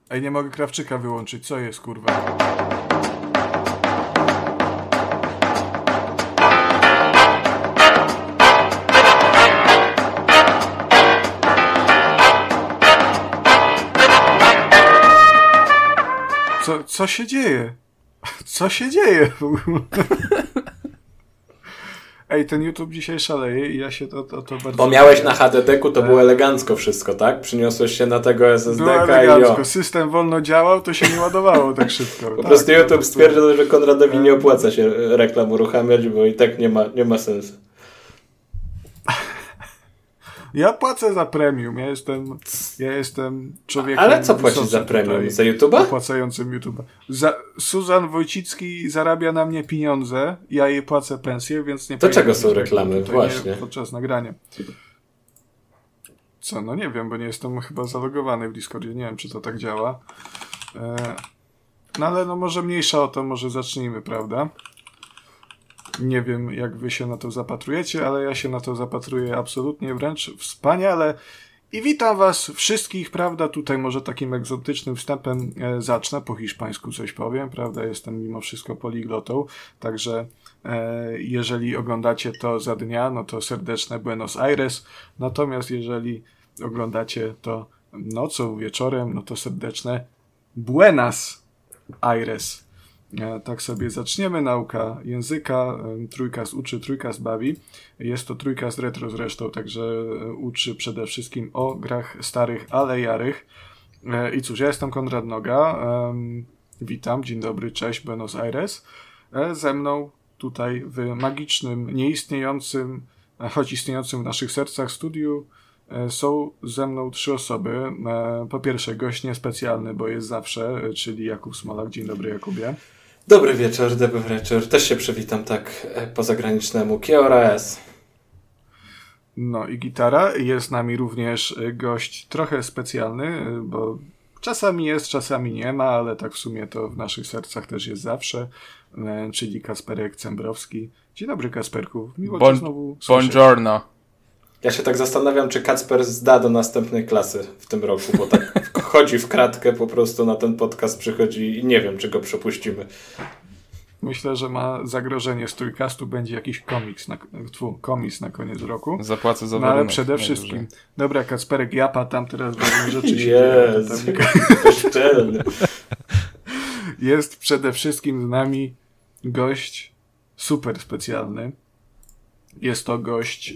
Ej, nie mogę Krawczyka wyłączyć. Co jest, kurwa? Co się dzieje? Co się dzieje w ogóle? Ej, ten YouTube dzisiaj szaleje i ja się to bardzo... Bo miałeś na HDD-ku, to było elegancko wszystko, tak? Przyniosłeś się na tego SSD-ka było elegancko. System wolno działał, to się nie ładowało tak szybko. Po prostu YouTube stwierdził, że Konradowi nie opłaca się reklam uruchamiać, bo i tak nie ma sensu. Ja płacę za premium. Ja jestem człowiekiem... Ale co płacisz za premium? Za YouTube'a? Opłacającym YouTube'a. Suzan Wojcicki zarabia na mnie pieniądze, ja jej płacę pensję, więc nie... To czego są reklamy? Właśnie. Podczas nagrania. Co? No nie wiem, bo nie jestem chyba zalogowany w Discordzie. Nie wiem, czy to tak działa. No ale no może mniejsza o to, może zacznijmy, prawda? Nie wiem, jak wy się na to zapatrujecie, ale ja się na to zapatruję absolutnie, wręcz wspaniale. I witam was wszystkich, prawda, tutaj może takim egzotycznym wstępem zacznę, po hiszpańsku coś powiem, prawda, jestem mimo wszystko poliglotą, także jeżeli oglądacie to za dnia, no to serdeczne Buenos Aires, natomiast jeżeli oglądacie to nocą, wieczorem, no to serdeczne Buenas Aires. Tak sobie zaczniemy. Nauka języka. Trójkas uczy, trójkas bawi. Jest to trójkas retro zresztą, także uczy przede wszystkim o grach starych, ale jarych. I cóż, ja jestem Konrad Noga. Witam, dzień dobry, cześć, Buenos Aires. Ze mną tutaj w magicznym, nieistniejącym, choć istniejącym w naszych sercach studiu są ze mną 3 osoby. Po pierwsze gość niespecjalny, bo jest zawsze, czyli Jakub Smolak. Dzień dobry, Jakubie. Dobry wieczór. Też się przywitam tak po zagranicznemu. KRS. No i gitara. Jest z nami również gość trochę specjalny, bo czasami jest, czasami nie ma, ale tak w sumie to w naszych sercach też jest zawsze, czyli Kasperek Cembrowski. Dzień dobry, Kasperku. Miło cię znowu słyszeć. Buongiorno. Ja się tak zastanawiam, czy Kacper zda do następnej klasy w tym roku, bo tak chodzi w kratkę po prostu na ten podcast, przychodzi i nie wiem, czy go przepuścimy. Myślę, że ma zagrożenie z Trójkastu, będzie jakiś komis na koniec roku. Zapłacę za warunek. No ale przede wszystkim. Dobra, Kacperek, japa tam teraz ważne rzeczy się dzieją. Jest przede wszystkim z nami gość super specjalny. Jest to gość...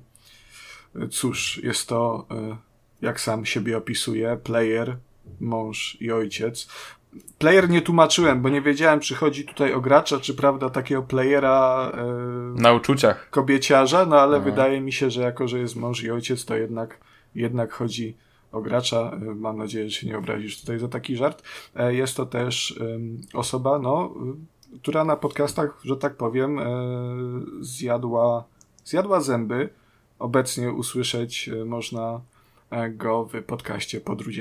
Cóż, jest to, jak sam siebie opisuje, player, mąż i ojciec. Player nie tłumaczyłem, bo nie wiedziałem, czy chodzi tutaj o gracza, czy prawda takiego playera na uczuciach kobieciarza, no ale wydaje mi się, że jako, że jest mąż i ojciec, to jednak chodzi o gracza. Mam nadzieję, że się nie obrazisz tutaj za taki żart. Jest to też osoba, która na podcastach, że tak powiem, zjadła zęby. Obecnie usłyszeć można go w podcaście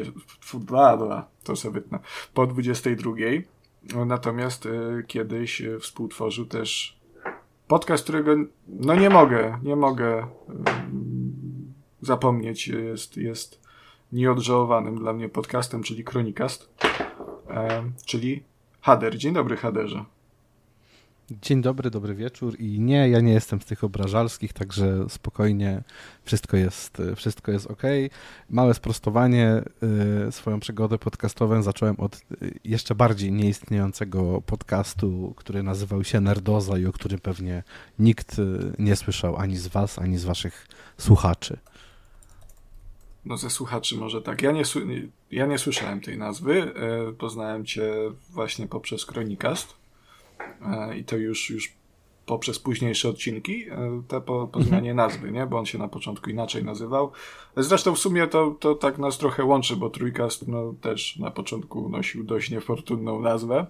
po 22. Natomiast kiedyś współtworzył też podcast, którego nie mogę zapomnieć. Jest nieodżałowanym dla mnie podcastem, czyli Kronikast, czyli Hader. Dzień dobry, Haderze. Dzień dobry, dobry wieczór i nie, ja nie jestem z tych obrażalskich, także spokojnie, wszystko jest okej. Małe sprostowanie, swoją przygodę podcastową zacząłem od jeszcze bardziej nieistniejącego podcastu, który nazywał się Nerdoza i o którym pewnie nikt nie słyszał ani z was, ani z waszych słuchaczy. No ze słuchaczy może tak. Ja nie słyszałem tej nazwy, poznałem cię właśnie poprzez Kronikast. I to już poprzez późniejsze odcinki, te po zmianie nazwy, nie? Bo on się na początku inaczej nazywał. Zresztą w sumie to tak nas trochę łączy, bo Trójkast też na początku nosił dość niefortunną nazwę.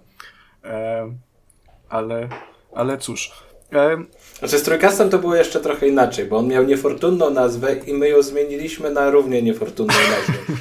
Ale cóż. Znaczy z Trójkastem to było jeszcze trochę inaczej, bo on miał niefortunną nazwę i my ją zmieniliśmy na równie niefortunną nazwę.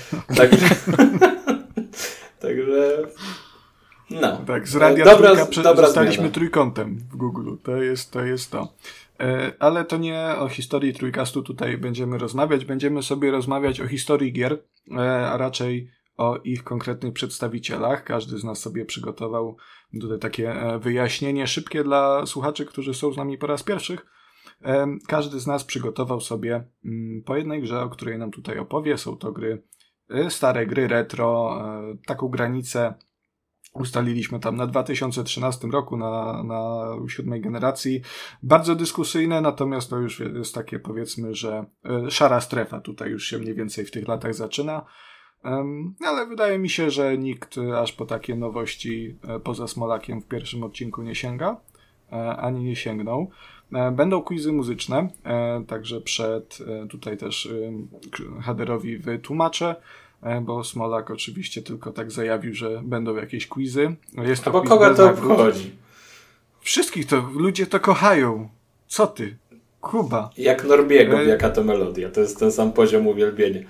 Także... No. Tak, z Radia Trójka zostaliśmy trójkątem w Google. To jest to. Ale to nie o historii Trójkastu tutaj będziemy rozmawiać. Będziemy sobie rozmawiać o historii gier, a raczej o ich konkretnych przedstawicielach. Każdy z nas sobie przygotował tutaj takie wyjaśnienie szybkie dla słuchaczy, którzy są z nami po raz pierwszy. Każdy z nas przygotował sobie po jednej grze, o której nam tutaj opowie. Są to gry, stare gry retro, taką granicę ustaliliśmy tam na 2013 roku, na 7 generacji. Bardzo dyskusyjne, natomiast to już jest takie, powiedzmy, że szara strefa tutaj już się mniej więcej w tych latach zaczyna. Ale wydaje mi się, że nikt aż po takie nowości poza Smolakiem w pierwszym odcinku nie sięga, ani nie sięgnął. Będą quizy muzyczne, także tutaj też Haderowi wytłumaczę, bo Smolak oczywiście tylko tak zajawił, że będą jakieś quizy. Jest to bo kogo to obchodzi? Wszystkich to, ludzie to kochają. Co ty? Kuba. Jak Norbiego, jaka to melodia. To jest ten sam poziom uwielbienia.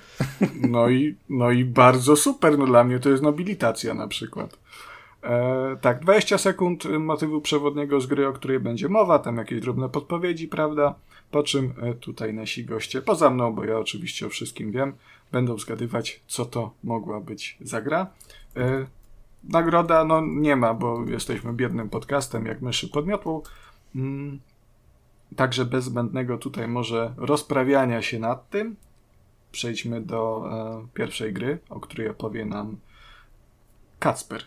No i bardzo super. No dla mnie to jest nobilitacja na przykład. Tak, 20 sekund motywu przewodniego z gry, o której będzie mowa, tam jakieś drobne podpowiedzi, prawda? Po czym tutaj nasi goście, poza mną, bo ja oczywiście o wszystkim wiem, będą zgadywać, co to mogła być za gra. Nagroda, nie ma, bo jesteśmy biednym podcastem, jak myszy pod miotłą. Także bez zbędnego tutaj może rozprawiania się nad tym, przejdźmy do pierwszej gry, o której opowie nam Kacper.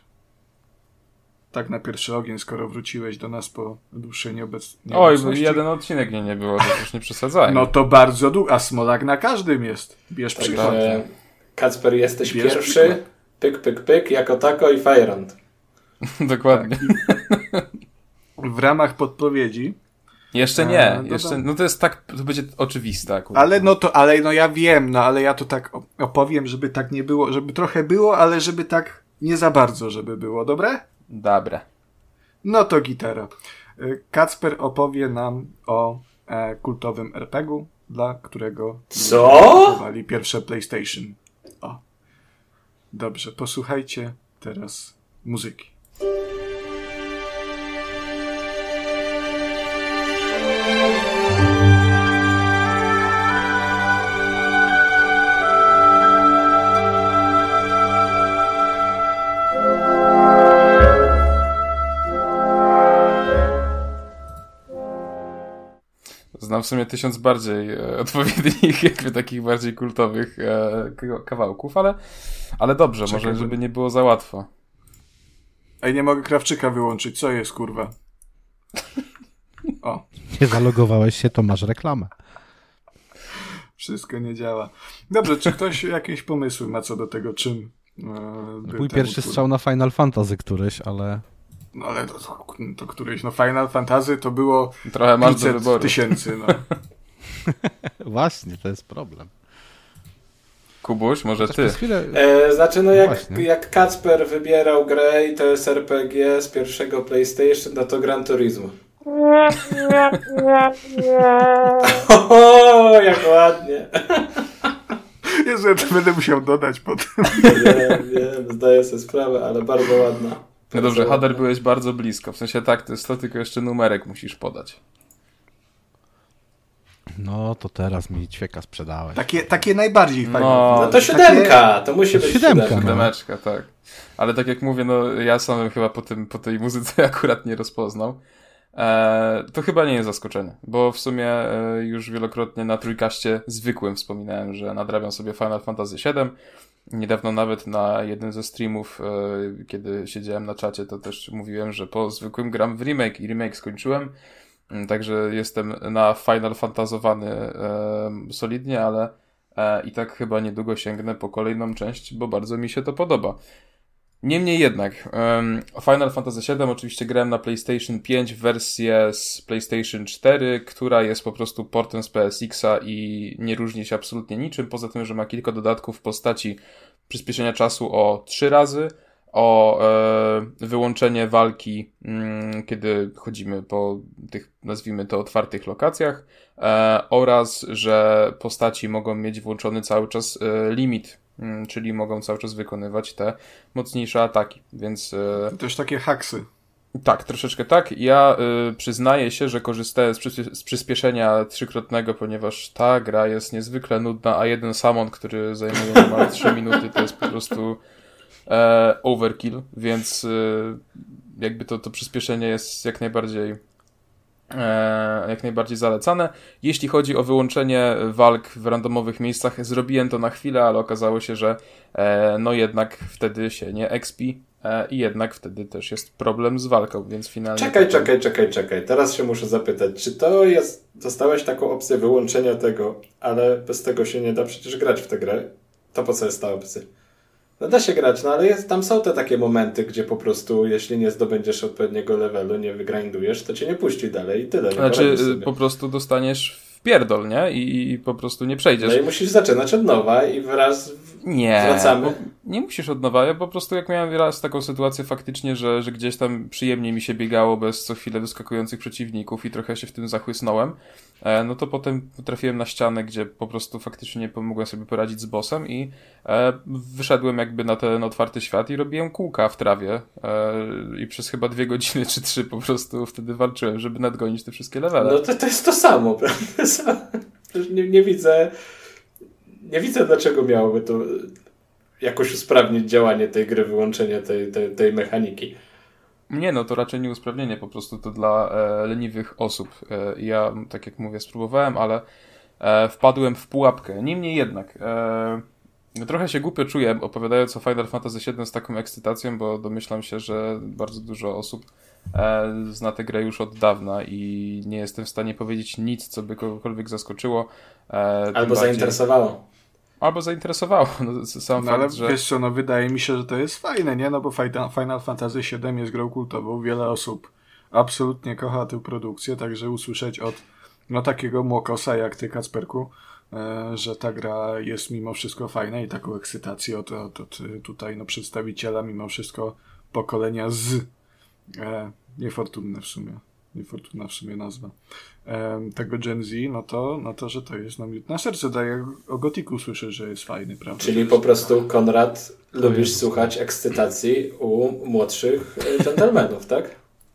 Tak na pierwszy ogień, skoro wróciłeś do nas po dłuższej nieobecności. Oj, bo jeden odcinek nie było, to już nie przesadzałem. No to bardzo długo, a Smolak na każdym jest. Bierz przykład. Kacper, jesteś pierwszy, przykład. Pyk, pyk, pyk, jako tako i Fajrant. Dokładnie. Tak. W ramach podpowiedzi. Jeszcze nie, to jest tak, to będzie oczywiste akurat. Ale ja wiem, ale ja to tak opowiem, żeby tak nie było, żeby trochę było, ale żeby tak nie za bardzo, żeby było, dobre? Dobra. No to gitara. Kacper opowie nam o kultowym RPG-u, dla którego kupowali pierwsze PlayStation. O. Dobrze, posłuchajcie teraz muzyki. Znam w sumie 1000 bardziej odpowiednich, jakby takich bardziej kultowych kawałków, ale dobrze, czekaj, może żeby nie było za łatwo. Ej, nie mogę Krawczyka wyłączyć, co jest, kurwa? O. Nie zalogowałeś się, to masz reklamę. Wszystko nie działa. Dobrze, czy ktoś jakieś pomysły ma co do tego, czym Mój pierwszy strzał na Final Fantasy któryś, ale... No ale to któryś, Final Fantasy to było trochę 500 000, Właśnie, to jest problem. Kubuś, może ty? Jak Kacper wybierał grę i to jest RPG z pierwszego PlayStation, to Gran Turismo. O, jak ładnie. Jezu, ja to będę musiał dodać potem. Wiem, zdaję sobie sprawę, ale bardzo ładna. No dobrze, Hader, byłeś bardzo blisko. W sensie tak, to jest to, tylko jeszcze numerek musisz podać. No to teraz mi ćwieka sprzedałeś. Takie najbardziej fajne. No to 7, to musi być 7. Siódemeczka, tak. Ale tak jak mówię, ja sam chyba po tej muzyce akurat nie rozpoznał. To chyba nie jest zaskoczenie, bo w sumie już wielokrotnie na Trójkaście zwykłym wspominałem, że nadrabiam sobie Final Fantasy VII. Niedawno nawet na jeden ze streamów, kiedy siedziałem na czacie, to też mówiłem, że po zwykłym gram w remake i remake skończyłem. Także jestem na Final Fantazowany solidnie, ale i tak chyba niedługo sięgnę po kolejną część, bo bardzo mi się to podoba. Niemniej jednak, Final Fantasy VII oczywiście grałem na PlayStation 5 wersję z PlayStation 4, która jest po prostu portem z PSX-a i nie różni się absolutnie niczym, poza tym, że ma kilka dodatków w postaci przyspieszenia czasu o 3 razy, o wyłączenie walki, kiedy chodzimy po tych, nazwijmy to, otwartych lokacjach, oraz, że postaci mogą mieć włączony cały czas limit, czyli mogą cały czas wykonywać te mocniejsze ataki, więc... To też takie haksy. Tak, troszeczkę tak. Ja przyznaję się, że korzystałem z przyspieszenia trzykrotnego, ponieważ ta gra jest niezwykle nudna, a jeden summon, który zajmuje niemal 3 minuty, to jest po prostu overkill, więc jakby to przyspieszenie jest jak najbardziej zalecane. Jeśli chodzi o wyłączenie walk w randomowych miejscach, zrobiłem to na chwilę, ale okazało się, że no jednak wtedy się nie expi i jednak wtedy też jest problem z walką, więc finalnie... Czekaj. Teraz się muszę zapytać, czy dostałeś taką opcję wyłączenia tego, ale bez tego się nie da przecież grać w tę grę? To po co jest ta opcja? No da się grać, no ale tam są te takie momenty, gdzie po prostu jeśli nie zdobędziesz odpowiedniego levelu, nie wygrindujesz, to cię nie puści dalej i tyle. Znaczy po prostu dostaniesz w pierdol, nie? I po prostu nie przejdziesz. No i musisz zaczynać od nowa i wracamy. Nie musisz od nowa. Ja po prostu jak miałem raz taką sytuację faktycznie, że gdzieś tam przyjemnie mi się biegało bez co chwilę wyskakujących przeciwników i trochę się w tym zachłysnąłem, no to potem trafiłem na ścianę, gdzie po prostu faktycznie pomogłem sobie poradzić z bossem i wyszedłem jakby na ten otwarty świat i robiłem kółka w trawie i przez chyba 2 godziny czy 3 po prostu wtedy walczyłem, żeby nadgonić te wszystkie levele. No to jest to samo, prawda? Nie widzę, dlaczego miałoby to jakoś usprawnić działanie tej gry, wyłączenie tej mechaniki. Nie, no to raczej nie usprawnienie, po prostu to dla leniwych osób. Ja, tak jak mówię, spróbowałem, ale wpadłem w pułapkę. Niemniej jednak, trochę się głupio czuję, opowiadając o Final Fantasy VII z taką ekscytacją, bo domyślam się, że bardzo dużo osób zna tę grę już od dawna i nie jestem w stanie powiedzieć nic, co by kogokolwiek zaskoczyło. Albo zainteresowało. Albo zainteresowało. No, sam fakt, ale że... wiesz co, no wydaje mi się, że to jest fajne, nie? No bo Final Fantasy VII jest grą kultową. Wiele osób absolutnie kocha tę produkcję, także usłyszeć od takiego młokosa jak ty, Kacperku, że ta gra jest mimo wszystko fajna i taką ekscytację od tutaj przedstawiciela mimo wszystko pokolenia z niefortunna w sumie nazwa tego Gen Z, no to, że to jest miód na serce daje o Gotiku słyszeć, że jest fajny, prawda? Czyli po prostu, Konrad, lubisz słuchać ekscytacji u młodszych dżentelmenów, tak?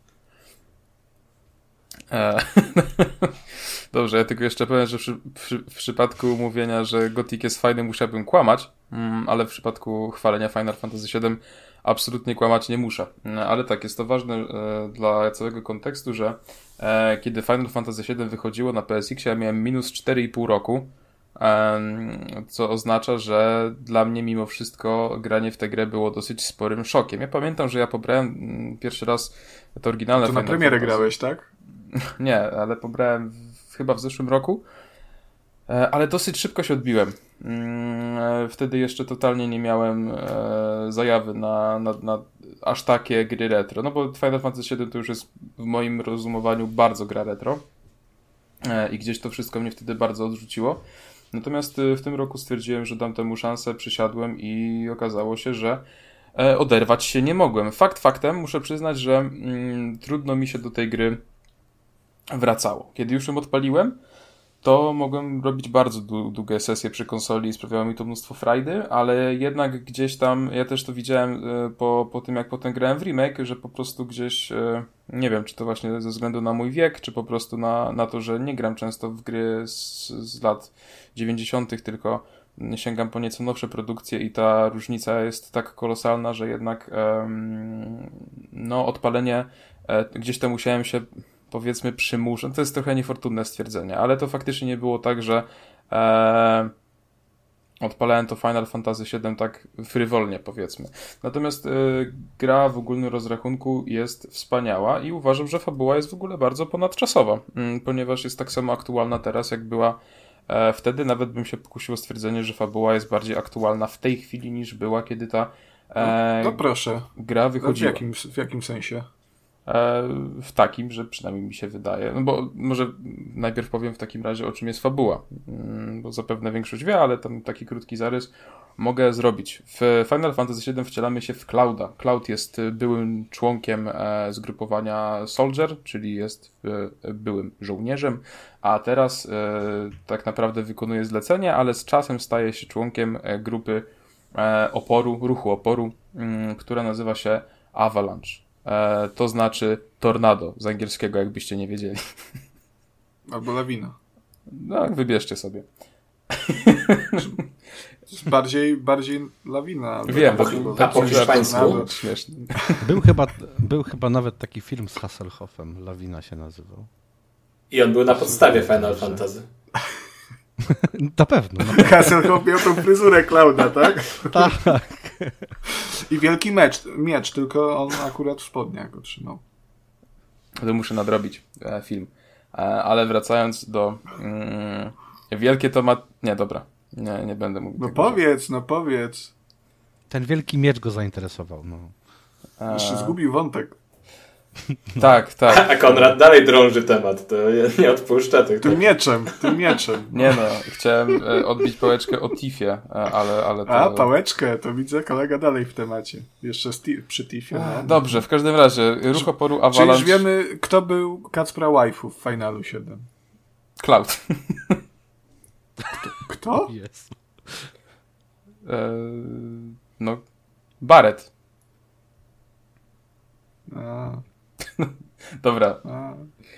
Dobrze, ja tylko jeszcze powiem, że w przypadku mówienia, że Gothic jest fajny, musiałbym kłamać, ale w przypadku chwalenia Final Fantasy VII absolutnie kłamać nie muszę. Ale tak, jest to ważne dla całego kontekstu, że kiedy Final Fantasy VII wychodziło na PSX, ja miałem minus 4,5 roku, co oznacza, że dla mnie mimo wszystko granie w tę grę było dosyć sporym szokiem. Ja pamiętam, że ja pobrałem pierwszy raz to oryginalne to na premierę grałeś, tak? Nie, ale pobrałem chyba w zeszłym roku, ale dosyć szybko się odbiłem. Wtedy jeszcze totalnie nie miałem zajawy na aż takie gry retro, no bo Final Fantasy VII to już jest w moim rozumowaniu bardzo gra retro i gdzieś to wszystko mnie wtedy bardzo odrzuciło. Natomiast w tym roku stwierdziłem, że dam temu szansę, przysiadłem i okazało się, że oderwać się nie mogłem. Faktem, muszę przyznać, że trudno mi się do tej gry wracało. Kiedy już ją odpaliłem, to mogłem robić bardzo długie sesje przy konsoli i sprawiało mi to mnóstwo frajdy, ale jednak gdzieś tam, ja też to widziałem po tym, jak potem grałem w remake, że po prostu gdzieś, nie wiem, czy to właśnie ze względu na mój wiek, czy po prostu na to, że nie gram często w gry z lat 90., tylko sięgam po nieco nowsze produkcje i ta różnica jest tak kolosalna, że jednak odpalenie gdzieś tam musiałem się powiedzmy przymuszam. To jest trochę niefortunne stwierdzenie, ale to faktycznie nie było tak, że odpalałem to Final Fantasy VII tak frywolnie, powiedzmy. Natomiast gra w ogólnym rozrachunku jest wspaniała i uważam, że fabuła jest w ogóle bardzo ponadczasowa, ponieważ jest tak samo aktualna teraz, jak była wtedy. Nawet bym się pokusił o stwierdzenie, że fabuła jest bardziej aktualna w tej chwili niż była, kiedy ta proszę. Gra wychodziła. W jakim sensie? W takim, że przynajmniej mi się wydaje, no bo może najpierw powiem w takim razie, o czym jest fabuła, bo zapewne większość wie, ale tam taki krótki zarys mogę zrobić. W Final Fantasy VII wcielamy się w Clouda. Cloud jest byłym członkiem zgrupowania Soldier, czyli jest byłym żołnierzem, a teraz tak naprawdę wykonuje zlecenie, ale z czasem staje się członkiem grupy ruchu oporu, która nazywa się Avalanche. to znaczy tornado z angielskiego, jakbyście nie wiedzieli. Albo lawina. No, wybierzcie sobie. Bardziej lawina. Wiem, a po hiszpańsku? Śmieszne. Był chyba nawet taki film z Hasselhoffem, Lawina się nazywał. I on był na podstawie Final Fantasy. Na pewno. Hasselhoff miał tą fryzurę Clouda, tak? Tak. I wielki miecz, tylko on akurat w spodniach go trzymał. To muszę nadrobić film. Ale wracając do... wielkie to ma... Nie, dobra. Nie będę mówił tego. Powiedz. Ten wielki miecz go zainteresował. No. Jeszcze zgubił wątek. Tak. A Konrad dalej drąży temat, to nie odpuszcza tych. Tym mieczem. Nie no, chciałem odbić pałeczkę o Tiffie, ale to... A, pałeczkę, to widzę, kolega dalej w temacie. Jeszcze przy Tiffie. No. Dobrze, w każdym razie, ruch oporu Czyli Avalanche... już wiemy, kto był Kacpra waifu w Finalu 7. Cloud. Kto? Jest. No, Barret. A. Dobra. A.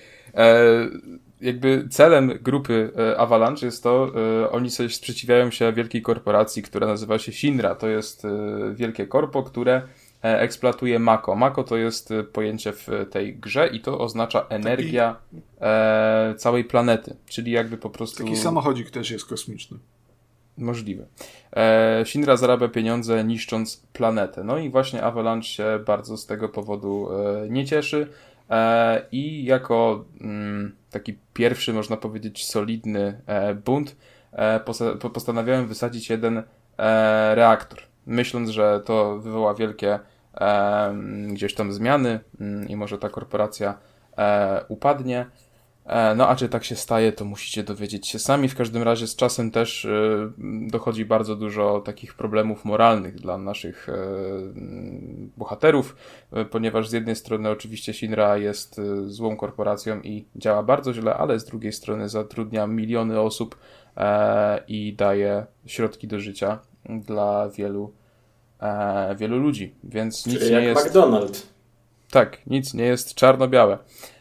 Jakby celem grupy Avalanche jest to, oni sobie sprzeciwiają się wielkiej korporacji, która nazywa się Shinra. To jest wielkie korpo, które eksploatuje Mako. Mako to jest pojęcie w tej grze i to oznacza energia całej planety. Czyli jakby po prostu... Taki samochodzik też jest kosmiczny. Możliwe. Shinra zarabia pieniądze niszcząc planetę. No i właśnie Avalanche się bardzo z tego powodu nie cieszy i jako taki pierwszy, można powiedzieć, solidny bunt postanawiałem wysadzić jeden reaktor. Myśląc, że to wywoła wielkie gdzieś tam zmiany i może ta korporacja upadnie. No a czy tak się staje, to musicie dowiedzieć się sami. W każdym razie z czasem też dochodzi bardzo dużo takich problemów moralnych dla naszych bohaterów, ponieważ z jednej strony oczywiście Shinra jest złą korporacją i działa bardzo źle, ale z drugiej strony zatrudnia miliony osób i daje środki do życia dla wielu ludzi. Więc nic czyli nie jak jest... McDonald's. Tak, nic nie jest czarno-białe.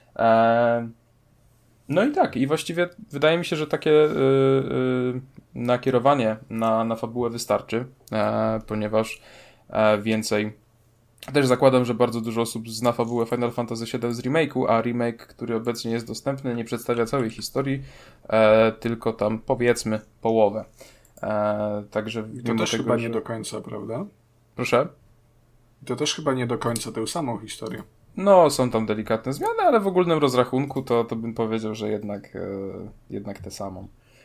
No i tak, i właściwie wydaje mi się, że takie nakierowanie na fabułę wystarczy, ponieważ więcej... Też zakładam, że bardzo dużo osób zna fabułę Final Fantasy VII z remake'u, a remake, który obecnie jest dostępny, nie przedstawia całej historii, tylko tam powiedzmy połowę. Także I to też chyba nie do końca, prawda? Proszę? To też chyba nie do końca tę samą historię. No, są tam delikatne zmiany, ale w ogólnym rozrachunku to bym powiedział, że jednak tę samą.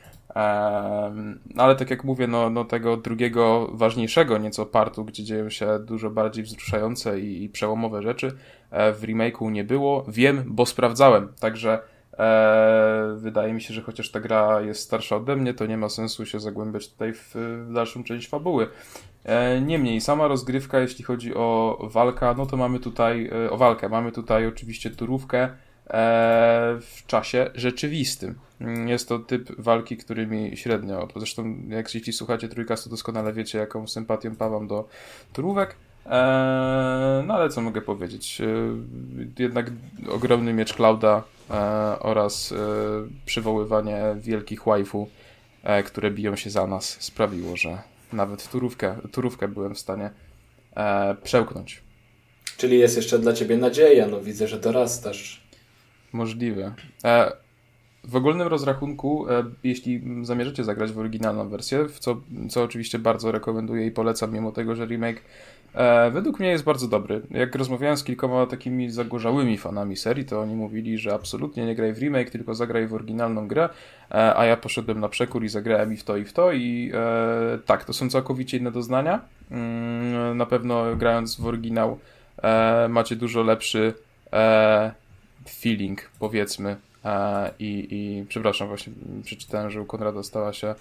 Ale tak jak mówię, no tego drugiego, ważniejszego nieco partu, gdzie dzieją się dużo bardziej wzruszające i przełomowe rzeczy, w remake'u nie było. Wiem, bo sprawdzałem, także wydaje mi się, że chociaż ta gra jest starsza ode mnie, to nie ma sensu się zagłębiać tutaj w dalszą część fabuły. Niemniej, sama rozgrywka, jeśli chodzi o walkę, no to mamy tutaj oczywiście turówkę w czasie rzeczywistym. Jest to typ walki, który mi średnio, zresztą jeśli słuchacie Trójkastu, doskonale wiecie, jaką sympatią pawam do turówek. No ale co mogę powiedzieć? Jednak ogromny miecz Clouda oraz przywoływanie wielkich waifu, które biją się za nas, sprawiło, że nawet turówkę byłem w stanie przełknąć. Czyli jest jeszcze dla ciebie nadzieja, no widzę, że dorastasz. Możliwe. W ogólnym rozrachunku, jeśli zamierzycie zagrać w oryginalną wersję, co oczywiście bardzo rekomenduję i polecam, mimo tego, że remake według mnie jest bardzo dobry. Jak rozmawiałem z kilkoma takimi zagorzałymi fanami serii, to oni mówili, że absolutnie nie graj w remake, tylko zagraj w oryginalną grę, a ja poszedłem na przekór i zagrałem i w to i tak, to są całkowicie inne doznania. Na pewno grając w oryginał macie dużo lepszy feeling, powiedzmy. I przepraszam, właśnie przeczytałem, że u Konrada stała się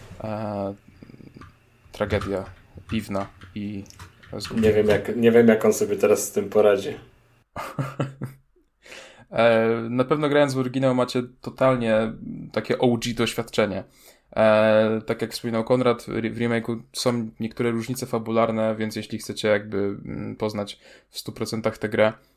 tragedia piwna i nie wiem, jak on sobie teraz z tym poradzi. Na pewno grając w oryginał macie totalnie takie OG doświadczenie. Tak jak wspominał Konrad, w remake'u są niektóre różnice fabularne, więc jeśli chcecie jakby poznać w 100% tę grę,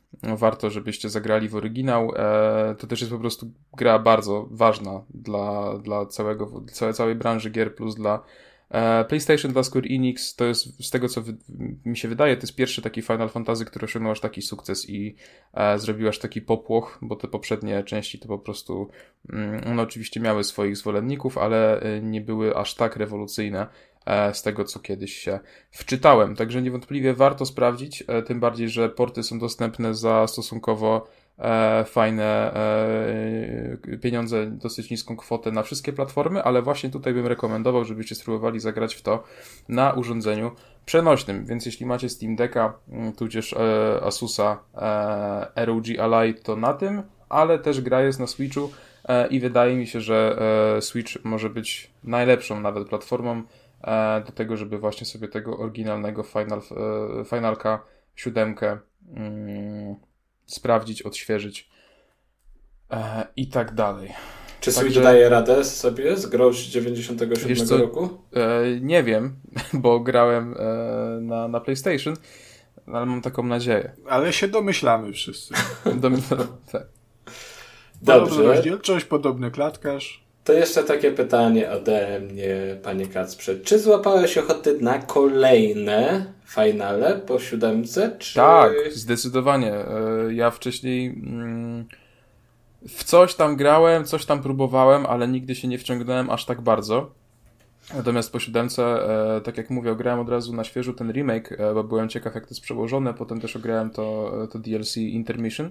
warto, żebyście zagrali w oryginał. To też jest po prostu gra bardzo ważna dla całej branży gier, plus dla PlayStation, dla Square Enix. To jest, z tego co mi się wydaje, to jest pierwszy taki Final Fantasy, który osiągnął aż taki sukces i zrobił aż taki popłoch, bo te poprzednie części to po prostu one oczywiście miały swoich zwolenników, ale nie były aż tak rewolucyjne z tego, co kiedyś się wczytałem. Także niewątpliwie warto sprawdzić, tym bardziej, że porty są dostępne za stosunkowo fajne pieniądze, dosyć niską kwotę na wszystkie platformy, ale właśnie tutaj bym rekomendował, żebyście spróbowali zagrać w to na urządzeniu przenośnym, więc jeśli macie Steam Decka, tudzież Asusa ROG Ally, to na tym, ale też gra jest na Switchu i wydaje mi się, że Switch może być najlepszą nawet platformą do tego, żeby właśnie sobie tego oryginalnego Finalka 7 sprawdzić, odświeżyć i tak dalej. Czy Switch daje radę sobie z grą z 97 roku? Nie wiem, bo grałem na PlayStation, ale mam taką nadzieję. Ale się domyślamy wszyscy. Tak. Podobna rozdzielczość, podobny klatkarz. To jeszcze takie pytanie ode mnie, panie Kacprze. Czy złapałeś ochoty na kolejne finale po 7? Czy... Tak, zdecydowanie. Ja wcześniej w coś tam grałem, coś tam próbowałem, ale nigdy się nie wciągnąłem aż tak bardzo. Natomiast po 7, tak jak mówię, grałem od razu na świeżo ten remake, bo byłem ciekaw, jak to jest przełożone. Potem też ograłem to DLC Intermission.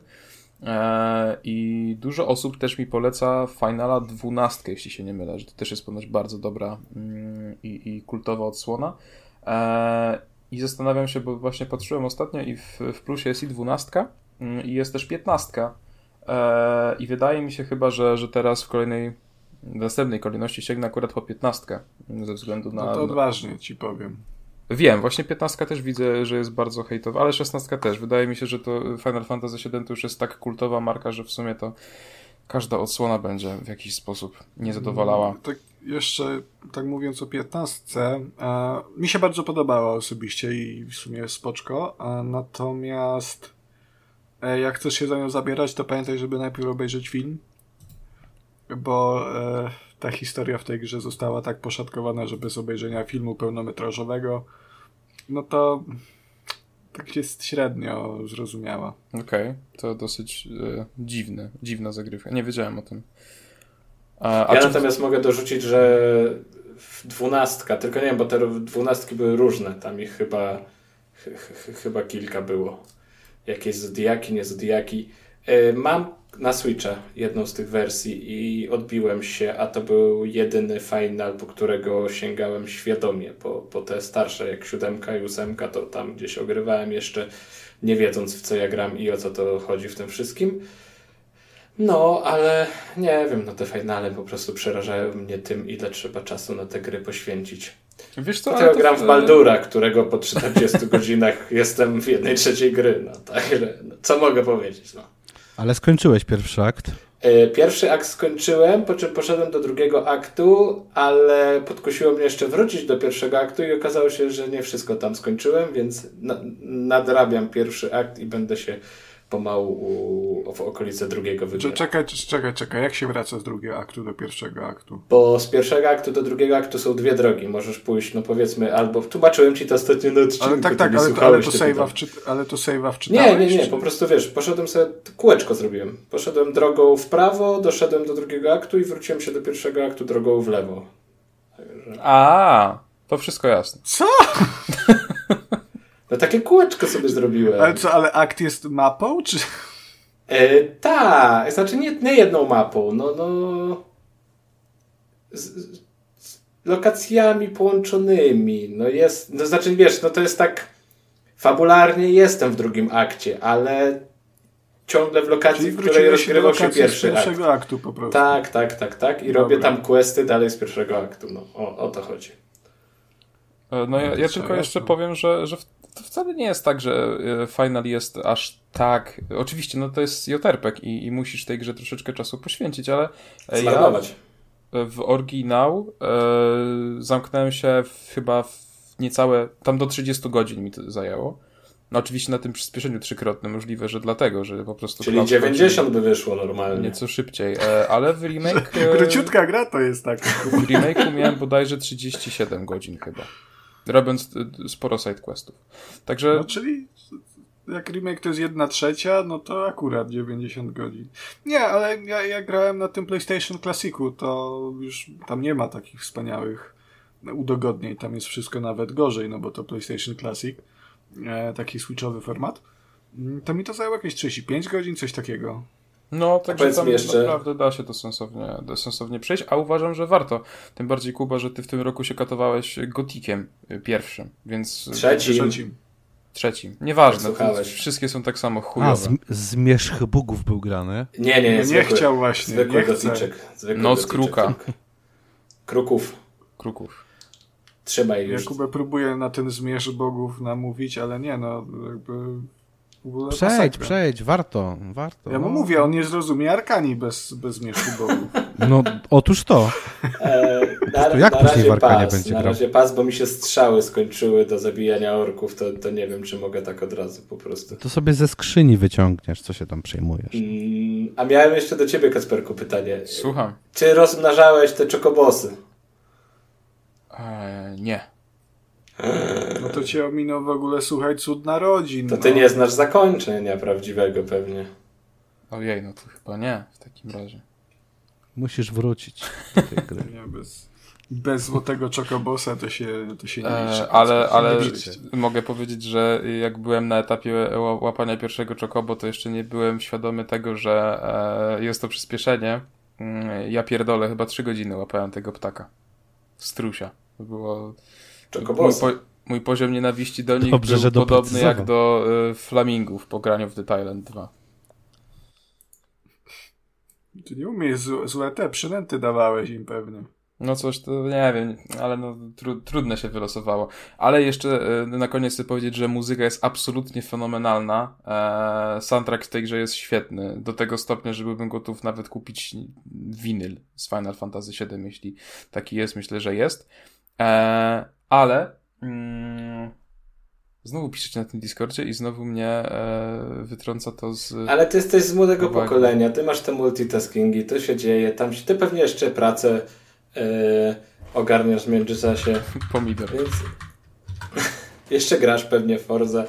I dużo osób też mi poleca Finala 12, jeśli się nie mylę, że to też jest ponoć bardzo dobra i kultowa odsłona. I zastanawiam się, bo właśnie patrzyłem ostatnio i w plusie jest i 12 i jest też 15. I wydaje mi się chyba, że teraz w następnej kolejności sięgnę akurat po 15 ze względu na... No to odważnie ci powiem. Wiem, właśnie 15 też widzę, że jest bardzo hejtowa, ale 16 też. Wydaje mi się, że to Final Fantasy VII to już jest tak kultowa marka, że w sumie to każda odsłona będzie w jakiś sposób nie zadowalała. Tak jeszcze, tak mówiąc o 15, mi się bardzo podobała osobiście i w sumie spoczko, natomiast jak chcesz się za nią zabierać, to pamiętaj, żeby najpierw obejrzeć film, bo ta historia w tej grze została tak poszatkowana, że bez obejrzenia filmu pełnometrażowego, no to tak jest średnio zrozumiała. Okej, to dosyć dziwna zagrywka. Nie wiedziałem o tym. Natomiast mogę dorzucić, że 12, tylko nie wiem, bo te 12 były różne, tam ich chyba kilka było. Jakieś Zodiaki, nie Zodiaki. Mam na Switcha jedną z tych wersji i odbiłem się, a to był jedyny final, po którego sięgałem świadomie, bo te starsze jak 7 i 8 to tam gdzieś ogrywałem jeszcze, nie wiedząc w co ja gram i o co to chodzi w tym wszystkim. No, ale nie wiem, te finale po prostu przerażają mnie tym, ile trzeba czasu na te gry poświęcić. Wiesz co, Dlatego gram w Baldura, którego po 40 godzinach jestem w 1/3 gry, także co mogę powiedzieć, Ale skończyłeś pierwszy akt? Pierwszy akt skończyłem, po czym poszedłem do drugiego aktu, ale podkusiło mnie jeszcze wrócić do pierwszego aktu i okazało się, że nie wszystko tam skończyłem, więc nadrabiam pierwszy akt i będę się pomału w okolice drugiego wybierał. Czekaj, jak się wraca z drugiego aktu do pierwszego aktu? Bo z pierwszego aktu do drugiego aktu są dwie drogi. Możesz pójść, powiedzmy, albo tłumaczyłem ci to ostatnio na odcinku. Ale to save'a wczytałeś? Nie, po prostu wiesz, poszedłem sobie, kółeczko zrobiłem. Poszedłem drogą w prawo, doszedłem do drugiego aktu i wróciłem się do pierwszego aktu drogą w lewo. To wszystko jasne. Co? No takie kółeczko sobie zrobiłem. Ale akt jest mapą, czy... Tak, znaczy nie jedną mapą, z lokacjami połączonymi, znaczy wiesz, to jest tak, fabularnie jestem w drugim akcie, ale ciągle w lokacji, w której rozgrywał się pierwszy akt. Z pierwszego aktu po prostu. Tak, i robię tam questy dalej z pierwszego aktu, o to chodzi. Ja tylko jeszcze powiem, że to wcale nie jest tak, że Final jest aż tak... Oczywiście, to jest JRPG i musisz tej grze troszeczkę czasu poświęcić, ale zmarnować. W oryginał zamknąłem się chyba w niecałe... Tam do 30 godzin mi to zajęło. No oczywiście na tym przyspieszeniu trzykrotnym, możliwe, że dlatego, że po prostu... Czyli 90 by wyszło normalnie. Nieco szybciej, ale w remake... Króciutka gra to jest taka. W remake'u miałem bodajże 37 godzin chyba. Robiąc sporo sidequestów. Także... No czyli jak remake to jest 1/3, no to akurat 90 godzin. Nie, ale ja grałem na tym PlayStation Classicu, to już tam nie ma takich wspaniałych udogodnień. Tam jest wszystko nawet gorzej, no bo to PlayStation Classic, taki switchowy format. To mi to zajęło jakieś 35 godzin, coś takiego. No, także tam jeszcze... naprawdę da się to sensownie przejść, a uważam, że warto. Tym bardziej, Kuba, że ty w tym roku się katowałeś Gothikiem pierwszym, więc... Trzecim. Nieważne, wszystkie są tak samo chujowe. Zmierzch bugów był grany. Nie, nie chciał właśnie. Zwykły Goticzek. Noc Kruka. Kruków. Trzymaj już. Jakubę próbuję na ten zmierzch bogów namówić, ale nie, no jakby... Przejdź, warto. Ja mu mówię, on nie zrozumie Arkanii bez zmierzchu bogów. No, otóż to. Jak później w Arkanie będzie grał? Na razie pas, bo mi się strzały skończyły do zabijania orków, to nie wiem, czy mogę tak od razu po prostu. To sobie ze skrzyni wyciągniesz, co się tam przejmujesz. A miałem jeszcze do ciebie, Kacperku, pytanie. Słucham. Czy rozmnażałeś te czokobosy? Nie. No to cię ominął w ogóle, słuchaj, cud narodzin. To ty nie znasz zakończenia prawdziwego pewnie. Ojej, no to chyba nie w takim razie. Musisz wrócić do tej gry. Nie, bez złotego czokobosa to się nie liczy. Ale mogę powiedzieć, że jak byłem na etapie łapania pierwszego czokobo, to jeszcze nie byłem świadomy tego, że jest to przyspieszenie. Ja pierdolę, chyba 3 godziny łapałem tego ptaka. Strusia. To było... Mój poziom nienawiści do nich był podobny jak do flamingów po graniu w The Thailand 2. Ty nie umiesz, złe te przynęty dawałeś im pewnie. No coś to, nie wiem, ale no trudne się wylosowało. Ale jeszcze na koniec chcę powiedzieć, że muzyka jest absolutnie fenomenalna. Soundtrack w tej grze jest świetny. Do tego stopnia, że byłbym gotów nawet kupić winyl z Final Fantasy VII, jeśli taki jest, myślę, że jest. Ale znowu piszecie na tym Discordzie i znowu mnie wytrąca to z... Ale ty jesteś z młodego pokolenia, ty masz te multitaskingi, to się dzieje, ty pewnie jeszcze pracę ogarniasz w międzyczasie. Pomidor. Więc jeszcze grasz pewnie w Forza.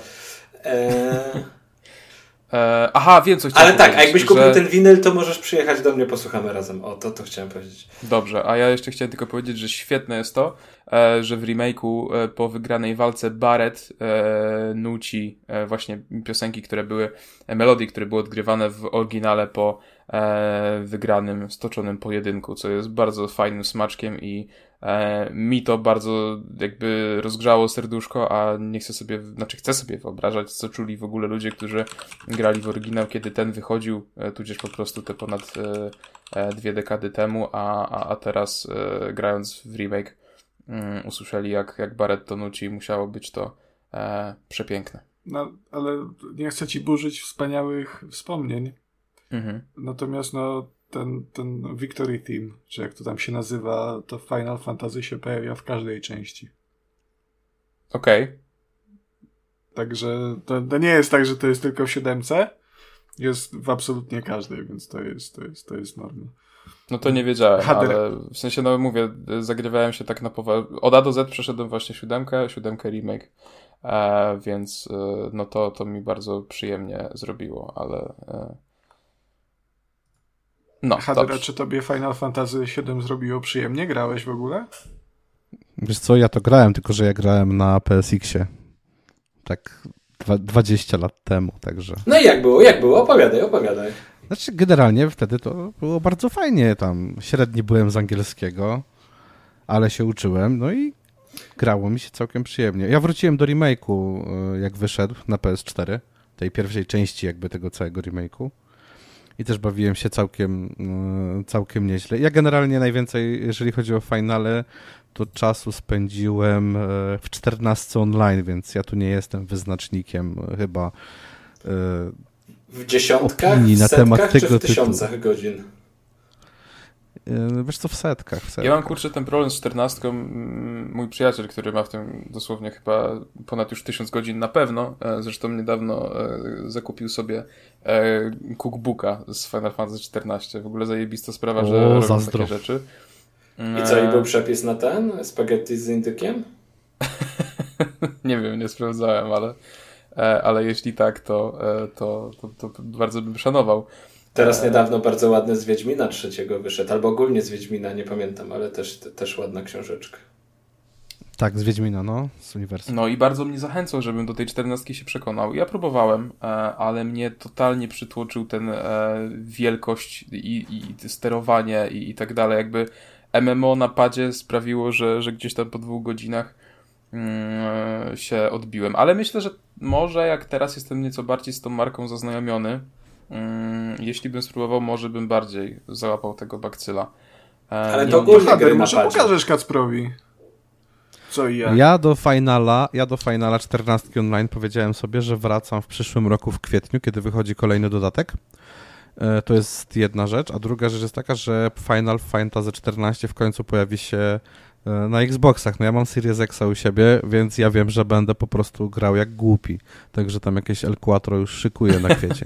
Aha, wiem co chciałem powiedzieć. Ale tak, a jakbyś kupił ten winyl, to możesz przyjechać do mnie, posłuchamy razem. O, to chciałem powiedzieć. Dobrze, a ja jeszcze chciałem tylko powiedzieć, że świetne jest to, że w remake'u po wygranej walce Barret nuci właśnie piosenki, które były, melodie, które były odgrywane w oryginale po wygranym, stoczonym pojedynku, co jest bardzo fajnym smaczkiem i mi to bardzo jakby rozgrzało serduszko, a nie chcę sobie, chcę sobie wyobrażać, co czuli w ogóle ludzie, którzy grali w oryginał, kiedy ten wychodził, tudzież po prostu te ponad 2 dekady temu, a teraz grając w remake usłyszeli jak Barret to nuci i musiało być to przepiękne. No, ale nie chcę ci burzyć wspaniałych wspomnień. Mhm. Natomiast ten Victory Theme, czy jak to tam się nazywa, to w Final Fantasy się pojawia w każdej części. Okej. Także to nie jest tak, że to jest tylko w 7, jest w absolutnie każdej, więc to jest norma. No to nie wiedziałem, ale w sensie, no mówię, zagrywałem się tak na poważnie. Od A do Z przeszedłem właśnie 7 remake, więc no to mi bardzo przyjemnie zrobiło, ale... No, Hadera, czy tobie Final Fantasy VII zrobiło przyjemnie? Grałeś w ogóle? Wiesz co, ja to grałem, tylko że ja grałem na PSX-ie. Tak 20 lat temu, także... No i jak było? Opowiadaj. Znaczy, generalnie wtedy to było bardzo fajnie. Tam średni byłem z angielskiego, ale się uczyłem, no i grało mi się całkiem przyjemnie. Ja wróciłem do remake'u, jak wyszedł na PS4, tej pierwszej części jakby tego całego remake'u. I też bawiłem się całkiem nieźle. Ja generalnie najwięcej, jeżeli chodzi o finale, to czasu spędziłem w 14 online, więc ja tu nie jestem wyznacznikiem chyba w dziesiątkach, w setkach czy w tysiącach godzin? Wiesz co, w setkach. Ja mam, kurczę, ten problem z 14. Mój przyjaciel, który ma w tym dosłownie chyba ponad już 1000 godzin na pewno, zresztą niedawno zakupił sobie cookbooka z Final Fantasy XIV. W ogóle zajebista sprawa, że robią takie rzeczy. I co, i był przepis na ten? Spaghetti z indykiem? Nie wiem, nie sprawdzałem, ale jeśli tak, to bardzo bym szanował. Teraz niedawno bardzo ładny z Wiedźmina III wyszedł, albo ogólnie z Wiedźmina, nie pamiętam, ale też ładna książeczka. Tak, z Wiedźmina, no, z uniwersum. No i bardzo mnie zachęcał, żebym do tej 14 się przekonał. Ja próbowałem, ale mnie totalnie przytłoczył ten wielkość i sterowanie i tak dalej. Jakby MMO na padzie sprawiło, że gdzieś tam po 2 godzinach się odbiłem. Ale myślę, że może jak teraz jestem nieco bardziej z tą marką zaznajomiony, jeśli bym spróbował, może bym bardziej załapał tego bakcyla. Ale to ogólnie gry na może padzie. pokażesz Kacprowi. Co i jak? Ja do Finala 14 online powiedziałem sobie, że wracam w przyszłym roku w kwietniu, kiedy wychodzi kolejny dodatek. To jest jedna rzecz, a druga rzecz jest taka, że Final Fantasy XIV w końcu pojawi się na Xboxach. No ja mam Series X u siebie, więc ja wiem, że będę po prostu grał jak głupi. Także tam jakieś El Quattro już szykuję na kwiecień.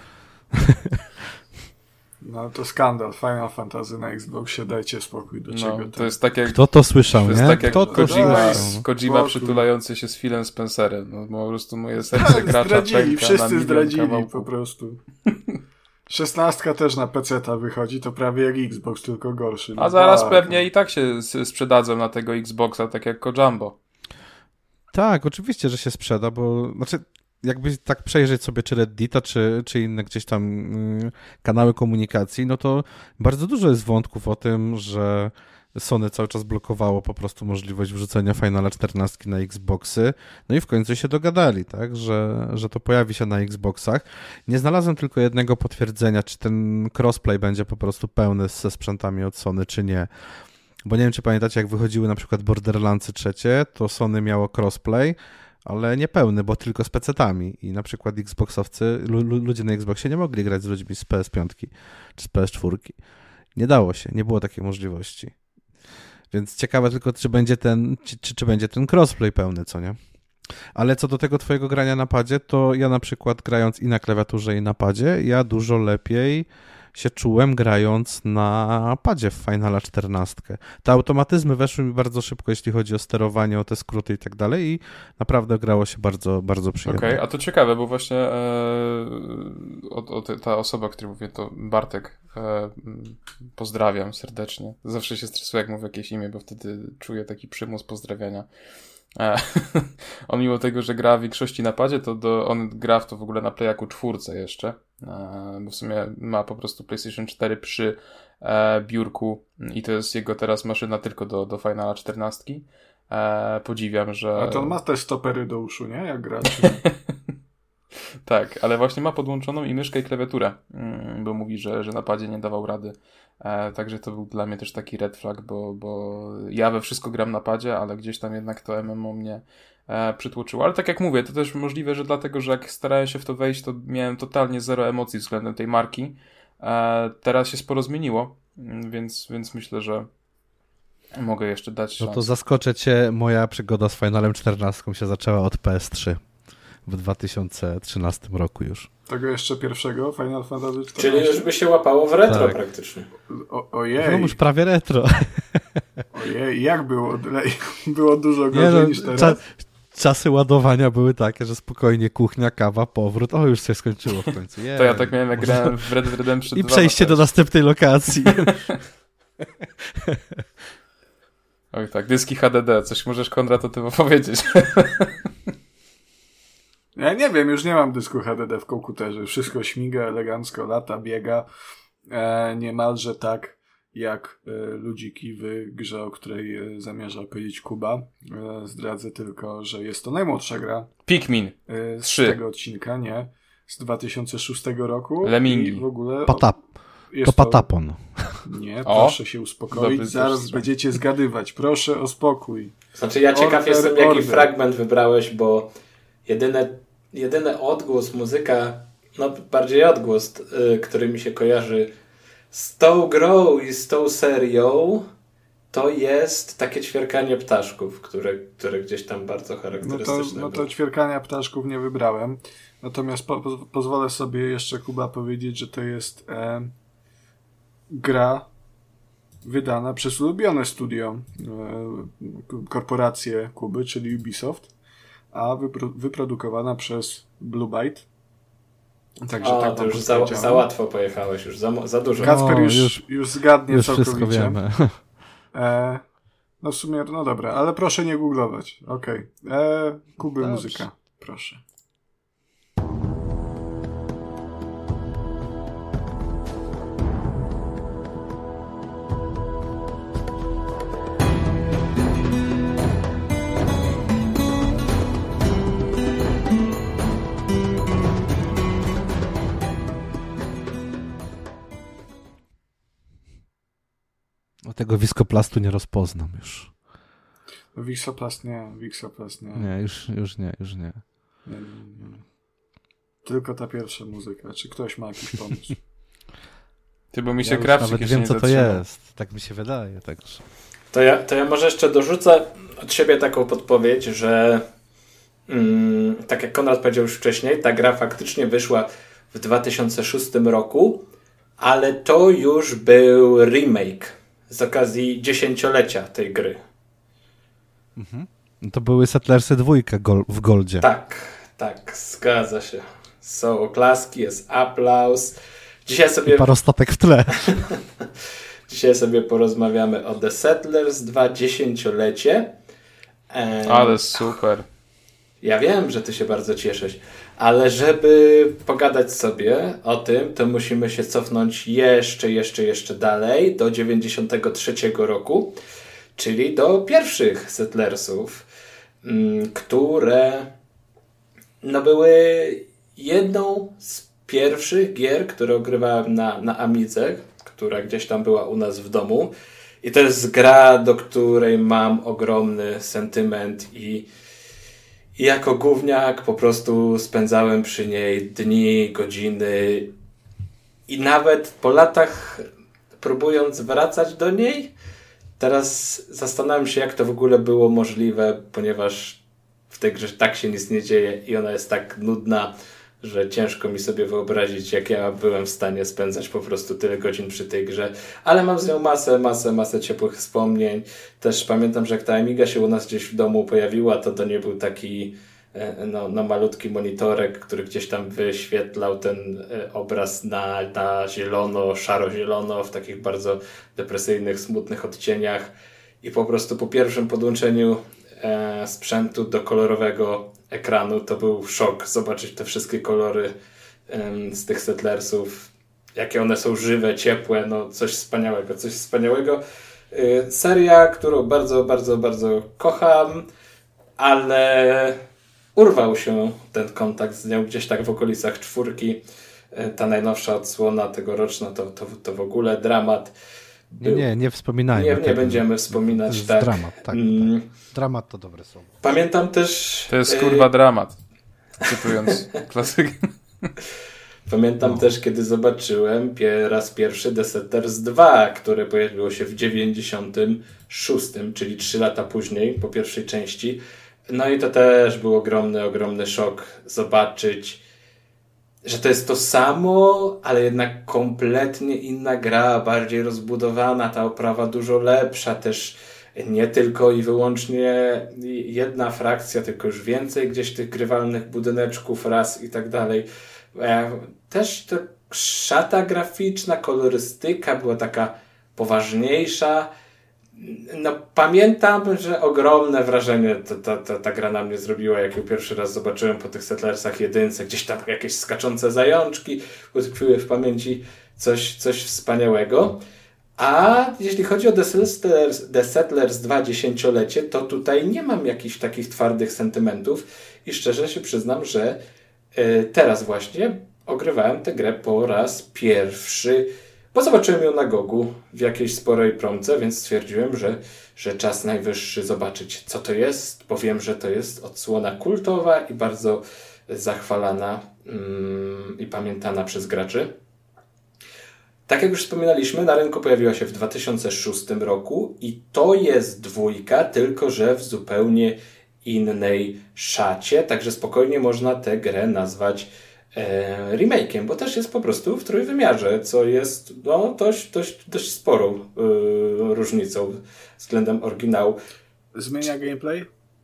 No to skandal. Final Fantasy na Xboxie, dajcie spokój. Do czego To jest tak jak... Kto to słyszał, to nie? jest tak jak Kto to Kojima przytulający się z Philem Spencerem. No po prostu moje serce gracza zdradzili, pęka wszyscy na milion zdradzili kawałków. po prostu. 16 też na PC-ta wychodzi, to prawie jak Xbox, tylko gorszy. No A zaraz tak, pewnie i tak się sprzedadzą na tego Xboxa, tak jak Kojambo. Tak, oczywiście, że się sprzeda, bo znaczy jakby tak przejrzeć sobie czy Reddita, czy inne gdzieś tam kanały komunikacji, no to bardzo dużo jest wątków o tym, że Sony cały czas blokowało po prostu możliwość wrzucenia Finala 14 na Xboxy, no i w końcu się dogadali, tak, że to pojawi się na Xboxach. Nie znalazłem tylko jednego potwierdzenia, czy ten crossplay będzie po prostu pełny ze sprzętami od Sony, czy nie. Bo nie wiem, czy pamiętacie, jak wychodziły na przykład Borderlandsy 3, to Sony miało crossplay, ale nie pełny, bo tylko z PC-tami i na przykład Xboxowcy, ludzie na Xboxie nie mogli grać z ludźmi z PS5 czy z PS4. Nie dało się, nie było takiej możliwości. Więc ciekawe tylko, czy będzie czy będzie ten crossplay pełny, co nie? Ale co do tego twojego grania na padzie, to ja na przykład grając i na klawiaturze i na padzie, ja dużo lepiej się czułem grając na padzie w Finala 14. Te automatyzmy weszły mi bardzo szybko, jeśli chodzi o sterowanie, o te skróty i tak dalej i naprawdę grało się bardzo, bardzo przyjemnie. Okej, a to ciekawe, bo właśnie ta osoba, o której mówię, to Bartek, pozdrawiam serdecznie. Zawsze się stresuję, jak mówię jakieś imię, bo wtedy czuję taki przymus pozdrawiania. On mimo tego, że gra w większości na padzie, to on gra w to w ogóle na Playaku 4 jeszcze, bo w sumie ma po prostu PlayStation 4 przy biurku i to jest jego teraz maszyna tylko do Finala 14. Podziwiam, że... A to on ma też stopery do uszu, nie? Jak gra. Tak, ale właśnie ma podłączoną i myszkę i klawiaturę, bo mówi, że na padzie nie dawał rady. Także to był dla mnie też taki red flag, bo ja we wszystko gram na padzie, ale gdzieś tam jednak to MMO mnie przytłoczyło. Ale tak jak mówię, to też możliwe, że dlatego, że jak starałem się w to wejść, to miałem totalnie zero emocji względem tej marki. Teraz się sporo zmieniło, więc myślę, że mogę jeszcze dać szansę. No to zaskoczę cię, moja przygoda z Finalem 14 się zaczęła od PS3 w 2013 roku już. Tego jeszcze pierwszego Final Fantasy 14? Czyli już by się łapało w retro tak. praktycznie. Ojej. No już prawie retro. Ojej, jak było? Było dużo gorzej niż teraz? Czasy ładowania były takie, że spokojnie kuchnia, kawa, powrót. O, już się skończyło w końcu. To ja tak miałem, jak grałem w Red Dead Redemption 2. I przejście do następnej lokacji. Oj tak, dyski HDD. Coś możesz, Konrad, o tym opowiedzieć. Ja nie wiem, już nie mam dysku HDD w komputerze. Wszystko śmiga, elegancko, lata, biega. Niemalże tak jak ludziki w grze, o której zamierza powiedzieć Kuba. Zdradzę tylko, że jest to najmłodsza gra Pikmin z 3. tego odcinka, nie? Z 2006 roku. Lemingi. I w ogóle To Patapon. Nie, O, proszę się uspokoić. dobry Zaraz też będziecie zgadywać. Proszę o spokój. Znaczy ja ciekaw jestem, jaki order. fragment wybrałeś, bo jedyny odgłos, muzyka, no bardziej odgłos, który mi się kojarzy z tą grą i z tą serią to jest takie ćwierkanie ptaszków, które gdzieś tam bardzo charakterystyczne No to ćwierkania ptaszków nie wybrałem. Natomiast pozwolę sobie jeszcze, Kuba, powiedzieć, że to jest gra wydana przez ulubione studio, korporację Kuby, czyli Ubisoft, a wyprodukowana przez Blue Byte. Także tak to już za łatwo pojechałeś, już za dużo. Kacper już zgadnie już całkowicie. Wszystko wiemy. No w sumie, no dobra, ale proszę nie googlować. Okej. Kuby, Dobrze. muzyka. Proszę. Tego wiskoplastu nie rozpoznam już. Wixoplast nie. Nie, już nie. Nie. Tylko ta pierwsza muzyka. Czy ktoś ma jakiś pomysł? Ty, bo mi się Ja już Krawczyk nawet jeszcze wiem, nie co to zatrzymał. jest. Tak mi się wydaje. Także. To ja może jeszcze dorzucę od siebie taką podpowiedź, że tak jak Konrad powiedział już wcześniej, ta gra faktycznie wyszła w 2006 roku, ale to już był remake z okazji 10-lecia tej gry. Mhm. To były Settlersy 2 w Goldzie. Tak, zgadza się. Są oklaski, jest aplauz. I parostatek w tle. Dzisiaj sobie porozmawiamy o The Settlers 2 10-lecie. Ale super. Ja wiem, że ty się bardzo cieszysz, ale żeby pogadać sobie o tym, to musimy się cofnąć jeszcze dalej, do 93 roku, czyli do pierwszych Settlersów, które były jedną z pierwszych gier, które ogrywałem na Amidze, która gdzieś tam była u nas w domu. I to jest gra, do której mam ogromny sentyment i jako gówniak po prostu spędzałem przy niej dni, godziny i nawet po latach próbując wracać do niej, teraz zastanawiam się, jak to w ogóle było możliwe, ponieważ w tej grze tak się nic nie dzieje i ona jest tak nudna, że ciężko mi sobie wyobrazić, jak ja byłem w stanie spędzać po prostu tyle godzin przy tej grze. Ale mam z nią masę ciepłych wspomnień. Też pamiętam, że jak ta Amiga się u nas gdzieś w domu pojawiła, to nie był taki malutki monitorek, który gdzieś tam wyświetlał ten obraz na zielono, szaro-zielono, w takich bardzo depresyjnych, smutnych odcieniach. I po prostu po pierwszym podłączeniu sprzętu do kolorowego ekranu to był szok zobaczyć te wszystkie kolory z tych Settlersów, jakie one są żywe, ciepłe, coś wspaniałego. Seria, którą bardzo kocham, ale urwał się ten kontakt z nią gdzieś tak w okolicach 4. Ta najnowsza odsłona tegoroczna to w ogóle dramat. Nie wspominajmy. Nie będziemy wspominać, to jest tak. Dramat, tak. Dramat to dobre słowo. Pamiętam też... To jest kurwa dramat. Cytując klasykę. Pamiętam też, kiedy zobaczyłem raz pierwszy The Settlers 2, które pojawiło się w 96, czyli 3 lata później, po pierwszej części. No i to też był ogromny szok zobaczyć, że to jest to samo, ale jednak kompletnie inna gra, bardziej rozbudowana, ta oprawa dużo lepsza, też nie tylko i wyłącznie jedna frakcja, tylko już więcej gdzieś tych grywalnych budyneczków, ras i tak dalej. Też ta szata graficzna, kolorystyka była taka poważniejsza. Pamiętam, że ogromne wrażenie ta gra na mnie zrobiła, jak ją pierwszy raz zobaczyłem po tych Settlersach 1, gdzieś tam jakieś skaczące zajączki utkwiły w pamięci, coś wspaniałego. A jeśli chodzi o The Settlers 2 10-lecie, to tutaj nie mam jakichś takich twardych sentymentów i szczerze się przyznam, że teraz właśnie ogrywałem tę grę po raz pierwszy, bo zobaczyłem ją na Gogu w jakiejś sporej promce, więc stwierdziłem, że czas najwyższy zobaczyć, co to jest, bo wiem, że to jest odsłona kultowa i bardzo zachwalana i pamiętana przez graczy. Tak jak już wspominaliśmy, na rynku pojawiła się w 2006 roku i to jest 2, tylko że w zupełnie innej szacie, także spokojnie można tę grę nazwać remake'iem, bo też jest po prostu w trójwymiarze, co jest dość sporą różnicą względem oryginału. Zmienia gameplay?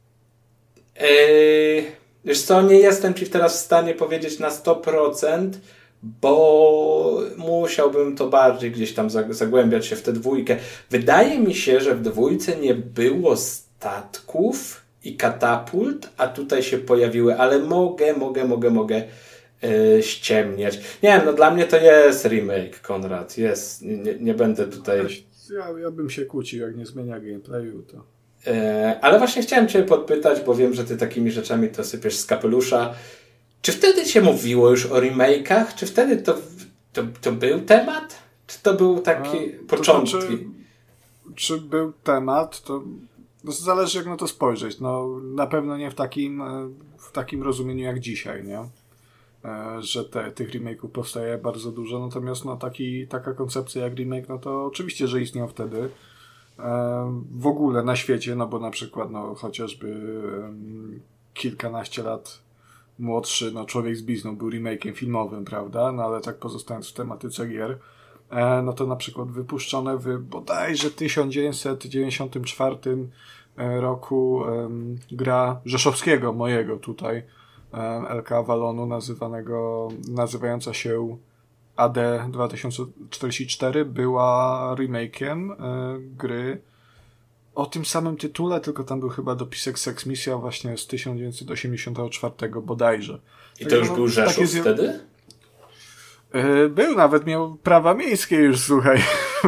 Wiesz co, nie jestem ci teraz w stanie powiedzieć na 100%, bo musiałbym to bardziej gdzieś tam zagłębiać się w tę 2. Wydaje mi się, że w 2 nie było statków i katapult, a tutaj się pojawiły, ale mogę ściemniać. Nie wiem, no dla mnie to jest remake, Konrad, jest. Nie będę tutaj... Ja bym się kłócił, jak nie zmienia gameplayu, to... Ale właśnie chciałem cię podpytać, bo wiem, że ty takimi rzeczami to sypiesz z kapelusza. Czy wtedy się mówiło już o remake'ach? Czy wtedy to był temat? Czy to był taki początki? Czy był temat, to zależy jak na to spojrzeć. No, na pewno nie w takim rozumieniu jak dzisiaj, nie? Że tych remake'ów powstaje bardzo dużo, natomiast no, taka koncepcja jak remake, no to oczywiście, że istniał wtedy. W ogóle na świecie, no bo na przykład no, chociażby kilkanaście lat młodszy, no Człowiek z blizną był remake'iem filmowym, prawda? No ale tak pozostając w tematyce gier, no to na przykład wypuszczone w bodajże 1994 roku gra Rzeszowskiego, mojego tutaj, LK Avalonu, nazywająca się AD 2044, była remake'iem gry o tym samym tytule, tylko tam był chyba dopisek Sex Misja właśnie z 1984 bodajże. I to już był Rzeszów wtedy? Był, nawet miał prawa miejskie już, słuchaj.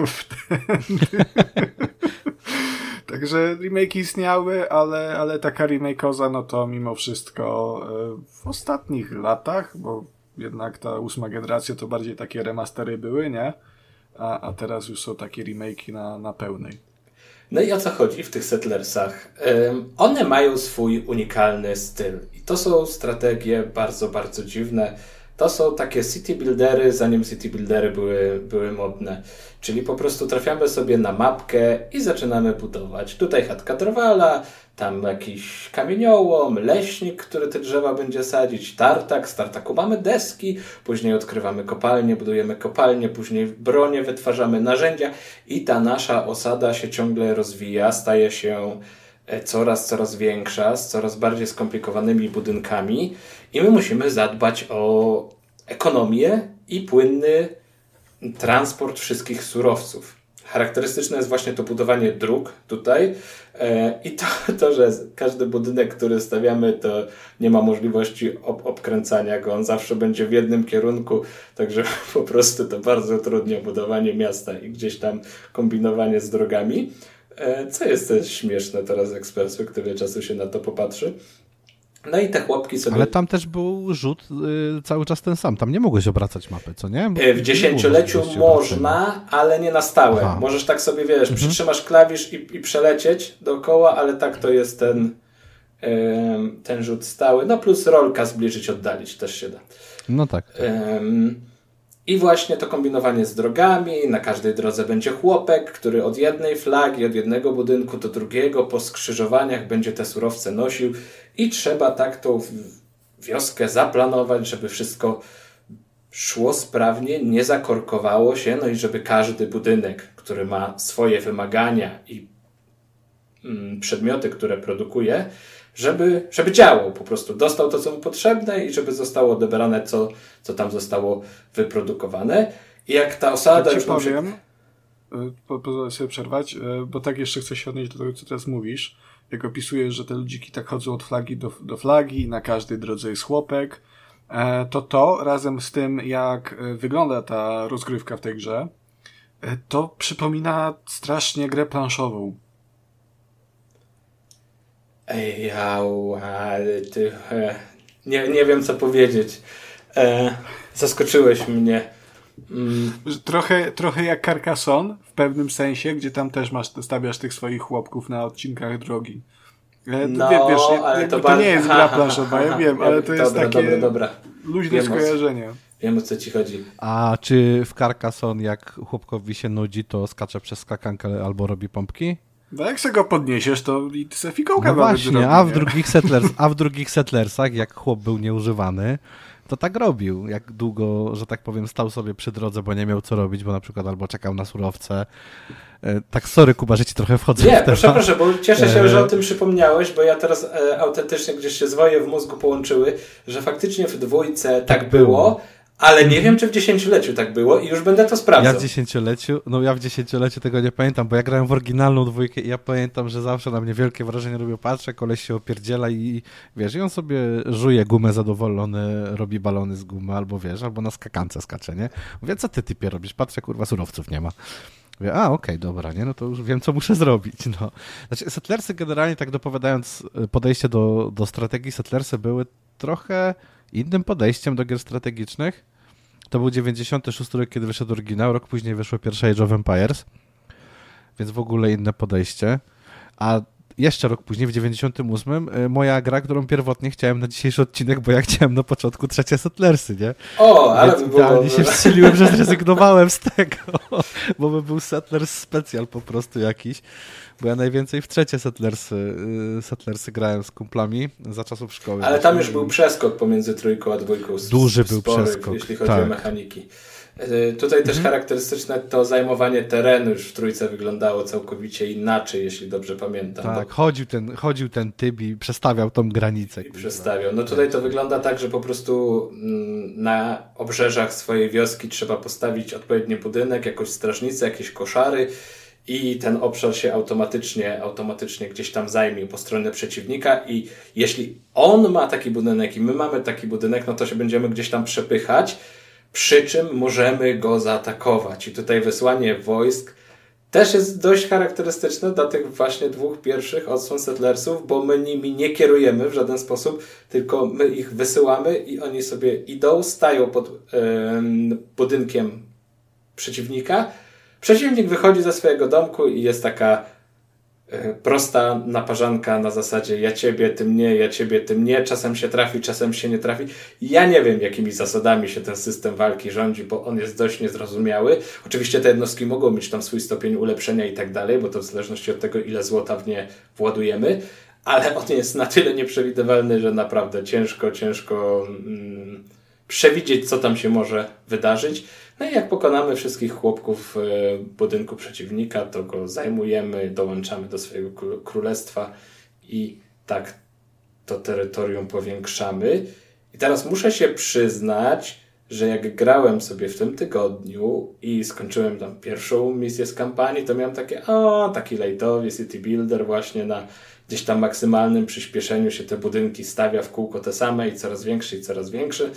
Także remake istniały, ale taka remake'oza, no to mimo wszystko w ostatnich latach, bo jednak ta 8 generacja to bardziej takie remastery były, nie? A teraz już są takie remake'i na pełnej. No i o co chodzi w tych Settlersach? One mają swój unikalny styl. I to są strategie bardzo, bardzo dziwne. To są takie city buildery, zanim city buildery były modne. Czyli po prostu trafiamy sobie na mapkę i zaczynamy budować. Tutaj chatka drwala, tam jakiś kamieniołom, leśnik, który te drzewa będzie sadzić, tartak, z tartaku mamy deski, później odkrywamy kopalnię, budujemy kopalnię, później bronię, wytwarzamy narzędzia i ta nasza osada się ciągle rozwija, staje się coraz większa, z coraz bardziej skomplikowanymi budynkami i my musimy zadbać o ekonomię i płynny transport wszystkich surowców. Charakterystyczne jest właśnie to budowanie dróg tutaj i to, że każdy budynek, który stawiamy, to nie ma możliwości obkręcania go. On zawsze będzie w jednym kierunku, także po prostu to bardzo utrudnia budowanie miasta i gdzieś tam kombinowanie z drogami. Co jest też śmieszne teraz, jak z perspektywy czasu się na to popatrzy. No i te chłopki sobie... Ale tam też był rzut cały czas ten sam. Tam nie mogłeś obracać mapy, co nie? W 10-leciu można, ale nie na stałe. Aha. Możesz tak sobie, wiesz, przytrzymasz klawisz i przelecieć dookoła, ale tak to jest ten rzut stały. No plus rolka zbliżyć, oddalić też się da. No tak. I właśnie to kombinowanie z drogami. Na każdej drodze będzie chłopek, który od jednej flagi, od jednego budynku do drugiego po skrzyżowaniach będzie te surowce nosił i trzeba tak tą wioskę zaplanować, żeby wszystko szło sprawnie, nie zakorkowało się, no i żeby każdy budynek, który ma swoje wymagania i przedmioty, które produkuje, żeby działał, po prostu dostał to, co mu potrzebne i żeby zostało odebrane, co tam zostało wyprodukowane. I jak ta osada... Tak już powiem, pozwolę sobie przerwać, bo tak jeszcze chcę się odnieść do tego, co teraz mówisz. Jak opisujesz, że te ludziki tak chodzą od flagi do flagi i na każdej drodze jest chłopek, to razem z tym, jak wygląda ta rozgrywka w tej grze, to przypomina strasznie grę planszową. Ej, ale ty... Nie wiem, co powiedzieć. Zaskoczyłeś mnie. Trochę jak Carcassonne w pewnym sensie, gdzie tam też stawiasz tych swoich chłopków na odcinkach drogi. No, wiesz, ale to nie jest gra planszowa, ja wiem, ale to jest takie dobra. luźne skojarzenie. Wiem, o co ci chodzi. A czy w Carcassonne, jak chłopkowi się nudzi, to skacze przez skakankę albo robi pompki? No jak se go podniesiesz, to i se fikołka No właśnie, zrobi, a w drugich Settlersach, jak chłop był nieużywany, to tak robił. Jak długo, że tak powiem, stał sobie przy drodze, bo nie miał co robić, bo na przykład albo czekał na surowce. Tak, sorry Kuba, że ci trochę wchodzę w temat. Proszę, bo cieszę się, że o tym przypomniałeś, bo ja teraz autentycznie gdzieś się zwoje w mózgu połączyły, że faktycznie w 2 tak było, ale nie wiem, czy w 10-leciu tak było i już będę to sprawdzał. Ja w 10-leciu tego nie pamiętam, bo ja grałem w oryginalną 2 i ja pamiętam, że zawsze na mnie wielkie wrażenie robił, patrzę, koleś się opierdziela i wiesz, i on sobie żuje gumę zadowolony, robi balony z gumy, albo wiesz, albo na skakance skacze, nie? Mówię, co ty typie robisz? Patrzę, kurwa, surowców nie ma. Mówię, okej, dobra, nie? No to już wiem, co muszę zrobić, no. Znaczy, Settlersy generalnie, tak dopowiadając podejście do strategii, Settlersy były trochę innym podejściem do gier strategicznych. To był 96 rok, kiedy wyszedł oryginał, rok później wyszło pierwsze Age of Empires, więc w ogóle inne podejście. A jeszcze rok później, w 98, moja gra, którą pierwotnie chciałem na dzisiejszy odcinek, bo ja chciałem na początku 3 Settlersy, nie? Ale więc idealnie się wstrzeliłem, że zrezygnowałem z tego, bo by był Settlers Special po prostu jakiś. Bo ja najwięcej w 3 Settlersy grałem z kumplami za czasów szkoły. Ale tam już był przeskok pomiędzy 3 a 2. Duży był przeskok. Jeśli chodzi o mechaniki. Tutaj też charakterystyczne to zajmowanie terenu już w 3 wyglądało całkowicie inaczej, jeśli dobrze pamiętam. Tak, chodził ten typ i przestawiał tą granicę. I przestawiał. No tutaj to wygląda tak, że po prostu na obrzeżach swojej wioski trzeba postawić odpowiedni budynek, jakąś strażnicę, jakieś koszary i ten obszar się automatycznie gdzieś tam zajmie po stronie przeciwnika i jeśli on ma taki budynek i my mamy taki budynek, no to się będziemy gdzieś tam przepychać, przy czym możemy go zaatakować. I tutaj wysłanie wojsk też jest dość charakterystyczne dla tych właśnie 2 pierwszych odsłon Settlersów, bo my nimi nie kierujemy w żaden sposób, tylko my ich wysyłamy i oni sobie idą, stają pod budynkiem przeciwnika. Przeciwnik wychodzi ze swojego domku i jest taka prosta naparzanka na zasadzie ja ciebie, ty mnie, ja ciebie, ty mnie. Czasem się trafi, czasem się nie trafi. Ja nie wiem, jakimi zasadami się ten system walki rządzi, bo on jest dość niezrozumiały. Oczywiście te jednostki mogą mieć tam swój stopień ulepszenia i tak dalej, bo to w zależności od tego, ile złota w nie władujemy, ale on jest na tyle nieprzewidywalny, że naprawdę ciężko przewidzieć, co tam się może wydarzyć. No i jak pokonamy wszystkich chłopków w budynku przeciwnika, to go zajmujemy, dołączamy do swojego królestwa i tak to terytorium powiększamy. I teraz muszę się przyznać, że jak grałem sobie w tym tygodniu i skończyłem tam pierwszą misję z kampanii, to miałem taki lightowy city builder właśnie na gdzieś tam maksymalnym przyspieszeniu się te budynki stawia w kółko te same i coraz większy.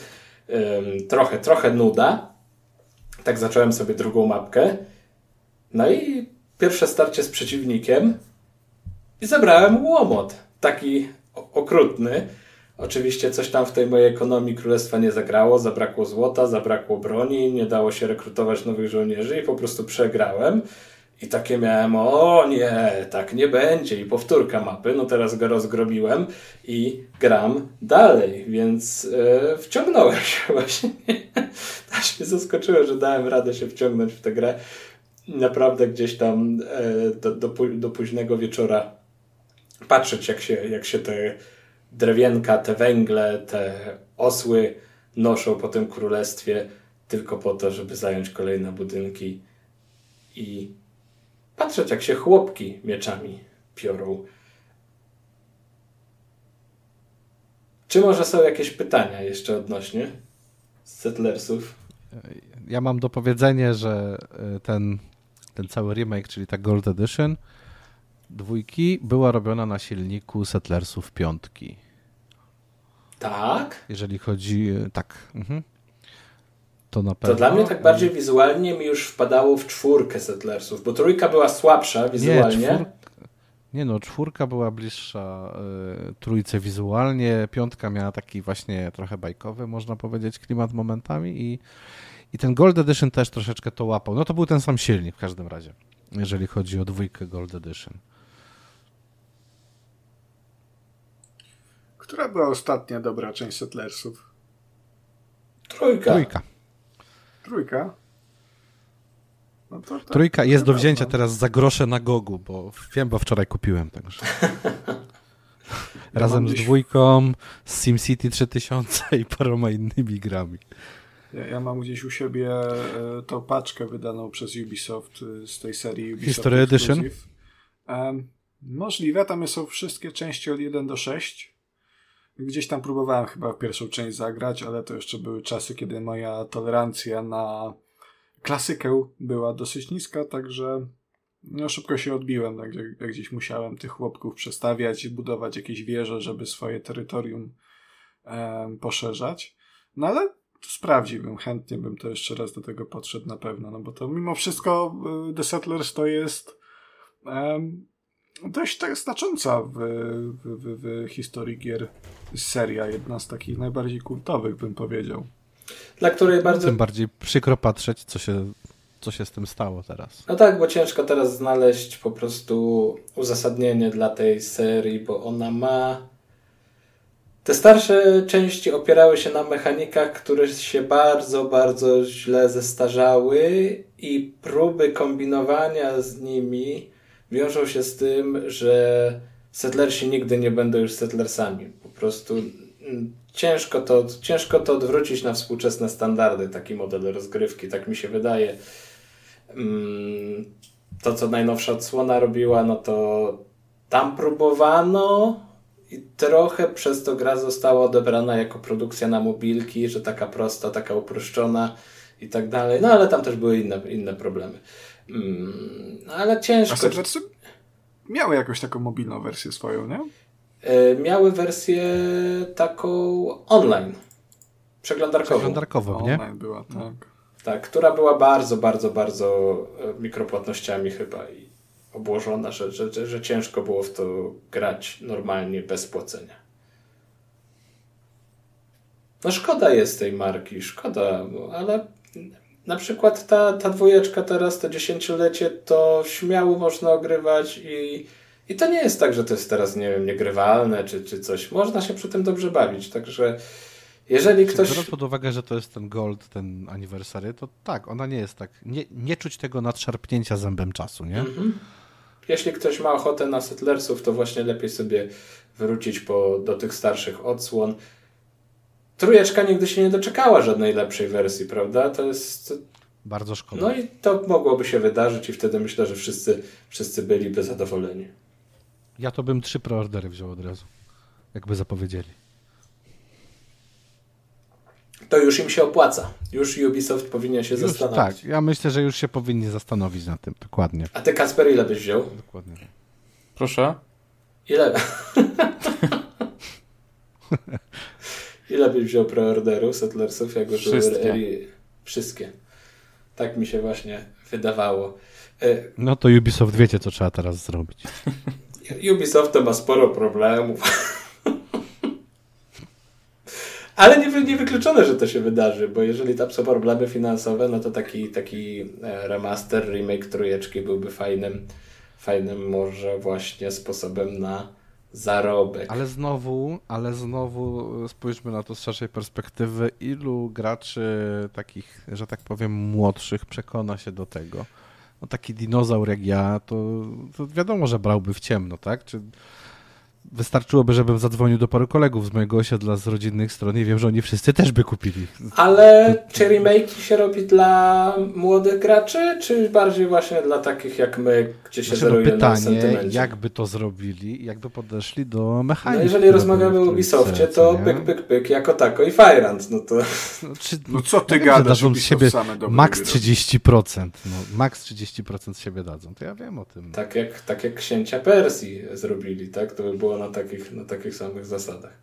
Trochę nuda. Tak zacząłem sobie drugą mapkę. No i pierwsze starcie z przeciwnikiem i zebrałem łomot. Taki okrutny. Oczywiście coś tam w tej mojej ekonomii królestwa nie zagrało. Zabrakło złota, zabrakło broni, nie dało się rekrutować nowych żołnierzy i po prostu przegrałem. I takie miałem, o nie, tak nie będzie. I powtórka mapy, no teraz go rozgrobiłem i gram dalej, więc wciągnąłem się właśnie. Aż mnie zaskoczyło, że dałem radę się wciągnąć w tę grę. Naprawdę gdzieś tam do późnego wieczora patrzeć, jak się te drewienka, te węgle, te osły noszą po tym królestwie tylko po to, żeby zająć kolejne budynki i patrzeć, jak się chłopki mieczami piorą. Czy może są jakieś pytania jeszcze odnośnie Settlersów? Ja mam dopowiedzenie, że ten cały remake, czyli ta Gold Edition 2 była robiona na silniku Settlersów 5. Tak? Jeżeli chodzi... Tak. To na pewno. To dla mnie tak bardziej wizualnie mi już wpadało w 4 Settlersów, bo 3 była słabsza wizualnie. Nie, 4 była bliższa 3 wizualnie, 5 miała taki właśnie trochę bajkowy, można powiedzieć, klimat momentami i ten Gold Edition też troszeczkę to łapał. No to był ten sam silnik w każdym razie, jeżeli chodzi o 2 Gold Edition. Która była ostatnia dobra część Settlersów? Trójka? No to Trójka jest do wzięcia teraz za grosze na Gogu, bo wiem, bo wczoraj kupiłem, także. Razem z dwójką, z SimCity 3000 i paroma innymi grami. Ja mam gdzieś u siebie tą paczkę wydaną przez Ubisoft z tej serii Ubisoft History Edition? Możliwe, tam są wszystkie części od 1 do 6. Gdzieś tam próbowałem chyba pierwszą część zagrać, ale to jeszcze były czasy, kiedy moja tolerancja na klasykę była dosyć niska, także no, szybko się odbiłem, tak, jak gdzieś musiałem tych chłopków przestawiać i budować jakieś wieże, żeby swoje terytorium poszerzać. No ale sprawdziłbym, chętnie bym to jeszcze raz do tego podszedł na pewno, no bo to mimo wszystko The Settlers to jest dość tak znacząca w historii gier seria, jedna z takich najbardziej kultowych, bym powiedział. Dla której bardzo... Tym bardziej przykro patrzeć, co się z tym stało teraz. No tak, bo ciężko teraz znaleźć po prostu uzasadnienie dla tej serii, bo ona ma... Te starsze części opierały się na mechanikach, które się bardzo, bardzo źle zestarzały i próby kombinowania z nimi wiążą się z tym, że Settlersi nigdy nie będą już Settlersami. Po prostu ciężko to odwrócić na współczesne standardy, taki model rozgrywki, tak mi się wydaje. To, co najnowsza odsłona robiła, no to tam próbowano i trochę przez to gra została odebrana jako produkcja na mobilki, że taka prosta, taka uproszczona i tak dalej. No ale tam też były inne problemy. Ale ciężko. A Settlersy miały jakąś taką mobilną wersję swoją, nie? Miały wersję taką online. Przeglądarkową, nie? Online była, tak. Tak, która była bardzo, bardzo, bardzo mikropłatnościami chyba i obłożona, że ciężko było w to grać normalnie, bez płacenia. No szkoda jest tej marki, szkoda, ale na przykład ta dwójeczka teraz, to 10-lecie, to śmiało można ogrywać i to nie jest tak, że to jest teraz, nie wiem, niegrywalne czy coś. Można się przy tym dobrze bawić, także jeżeli ktoś... Biorąc pod uwagę, że to jest ten Gold, ten Anniversary, to tak, ona nie jest tak, nie czuć tego nadszarpnięcia zębem czasu, nie? Mhm. Jeśli ktoś ma ochotę na Settlersów, to właśnie lepiej sobie wrócić do tych starszych odsłon. Trójeczka nigdy się nie doczekała żadnej lepszej wersji, prawda? To jest... Bardzo szkoda. No i to mogłoby się wydarzyć i wtedy myślę, że wszyscy byliby zadowoleni. Ja to bym 3 preordery wziął od razu, jakby zapowiedzieli. To już im się opłaca. Już Ubisoft powinien się zastanowić. Tak, ja myślę, że już się powinni zastanowić nad tym, dokładnie. A ty, Kacper, ile byś wziął? Dokładnie. Proszę? Ile? Ile byś wziął preorderów Settlersów, jak już wszystkie. Tak mi się właśnie wydawało. No to Ubisoft wiecie, co trzeba teraz zrobić. Ubisoft to ma sporo problemów. Ale nie wykluczone, że to się wydarzy, bo jeżeli tam są problemy finansowe, no to taki remaster, remake trójeczki byłby fajnym może właśnie sposobem na zarobek. Ale znowu spójrzmy na to z szerszej perspektywy. Ilu graczy takich, że tak powiem, młodszych przekona się do tego? No taki dinozaur jak ja, to wiadomo, że brałby w ciemno, tak? Czy wystarczyłoby, żebym zadzwonił do paru kolegów z mojego osiedla z rodzinnych stron i wiem, że oni wszyscy też by kupili. Ale czy remake się robi dla młodych graczy, czy bardziej właśnie dla takich jak my, gdzie się zeruje na sentymencie? Pytanie, jakby to zrobili, jakby podeszli do mechaniki. No jeżeli rozmawiamy o Ubisoftie, to pyk, jako tako i Fajrant, no to... No co ty gadasz, dadzą z siebie max gry 30%. No, max 30% z siebie dadzą, to ja wiem o tym. Tak jak Księcia Persji zrobili, tak? To by było na takich samych zasadach.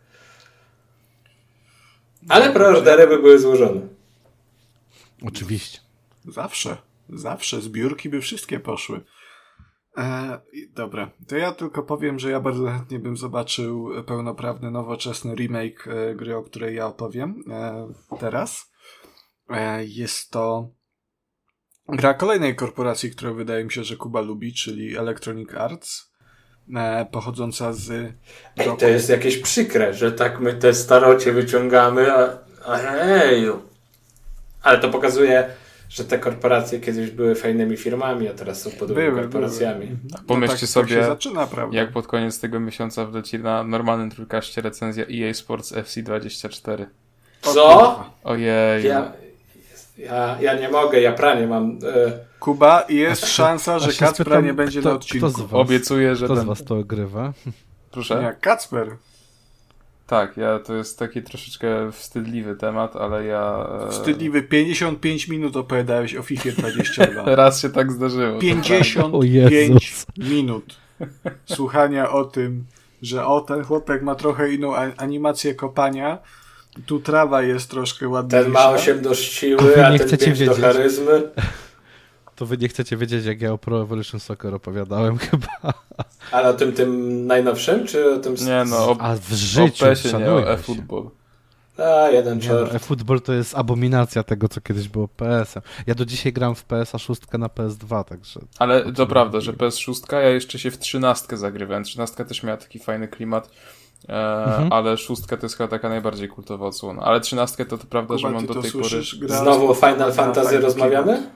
Ale preordery by były złożone. Oczywiście. Zawsze. Zbiórki by wszystkie poszły. Dobra, to ja tylko powiem, że ja bardzo chętnie bym zobaczył pełnoprawny, nowoczesny remake gry, o której ja opowiem teraz. Jest to gra kolejnej korporacji, którą wydaje mi się, że Kuba lubi, czyli Electronic Arts. pochodząca z Ej, roku. to jest jakieś przykre, że tak my te starocie wyciągamy, a heju. Ale to pokazuje, że te korporacje kiedyś były fajnymi firmami, a teraz są podłymi korporacjami. Pomyślcie tak sobie, się zaczyna, prawda? jak pod koniec tego miesiąca wleci na normalnym trójkaście recenzja EA Sports FC 24. Co? Ojej. Ja nie mogę, ja pranie mam. Kuba, jest szansa, że się Kacpra spytam, nie będzie na odcinku. Kto z was, Obiecuję, że kto z ten... was to ogrywa? Proszę? Nie, Kacper. Tak, to jest taki troszeczkę wstydliwy temat, ale ja... Wstydliwy 55 minut opowiadałeś o FIFA 22. Raz się tak zdarzyło. O 55 Jezus. minut słuchania o tym, że ten chłopak ma trochę inną animację kopania, tu trawa jest troszkę ładniejsza. Ten ma 8 do siły, a nie ten chcecie 5 do wiedzieć. charyzmy. To wy nie chcecie wiedzieć, jak ja o Pro Evolution Soccer opowiadałem chyba. Ale o tym najnowszym, czy o tym... Nie no, A w o życiu, PES-ie, nie o szanujmy się. eFootball. Jeden Nie, no, czort. eFootball to jest abominacja tego, co kiedyś było PS-em. Ja do dzisiaj gram w PS-a 6 na PS2, także... Ale to prawda, że PS6, ja jeszcze się w 13 zagrywałem. 13 też miała taki fajny klimat, ale 6 to jest chyba taka najbardziej kultowa odsłona. Ale 13 to prawda, Kuba, że mam ty do to tej słyszysz? pory... Znowu o Final Fantasy rozmawiamy?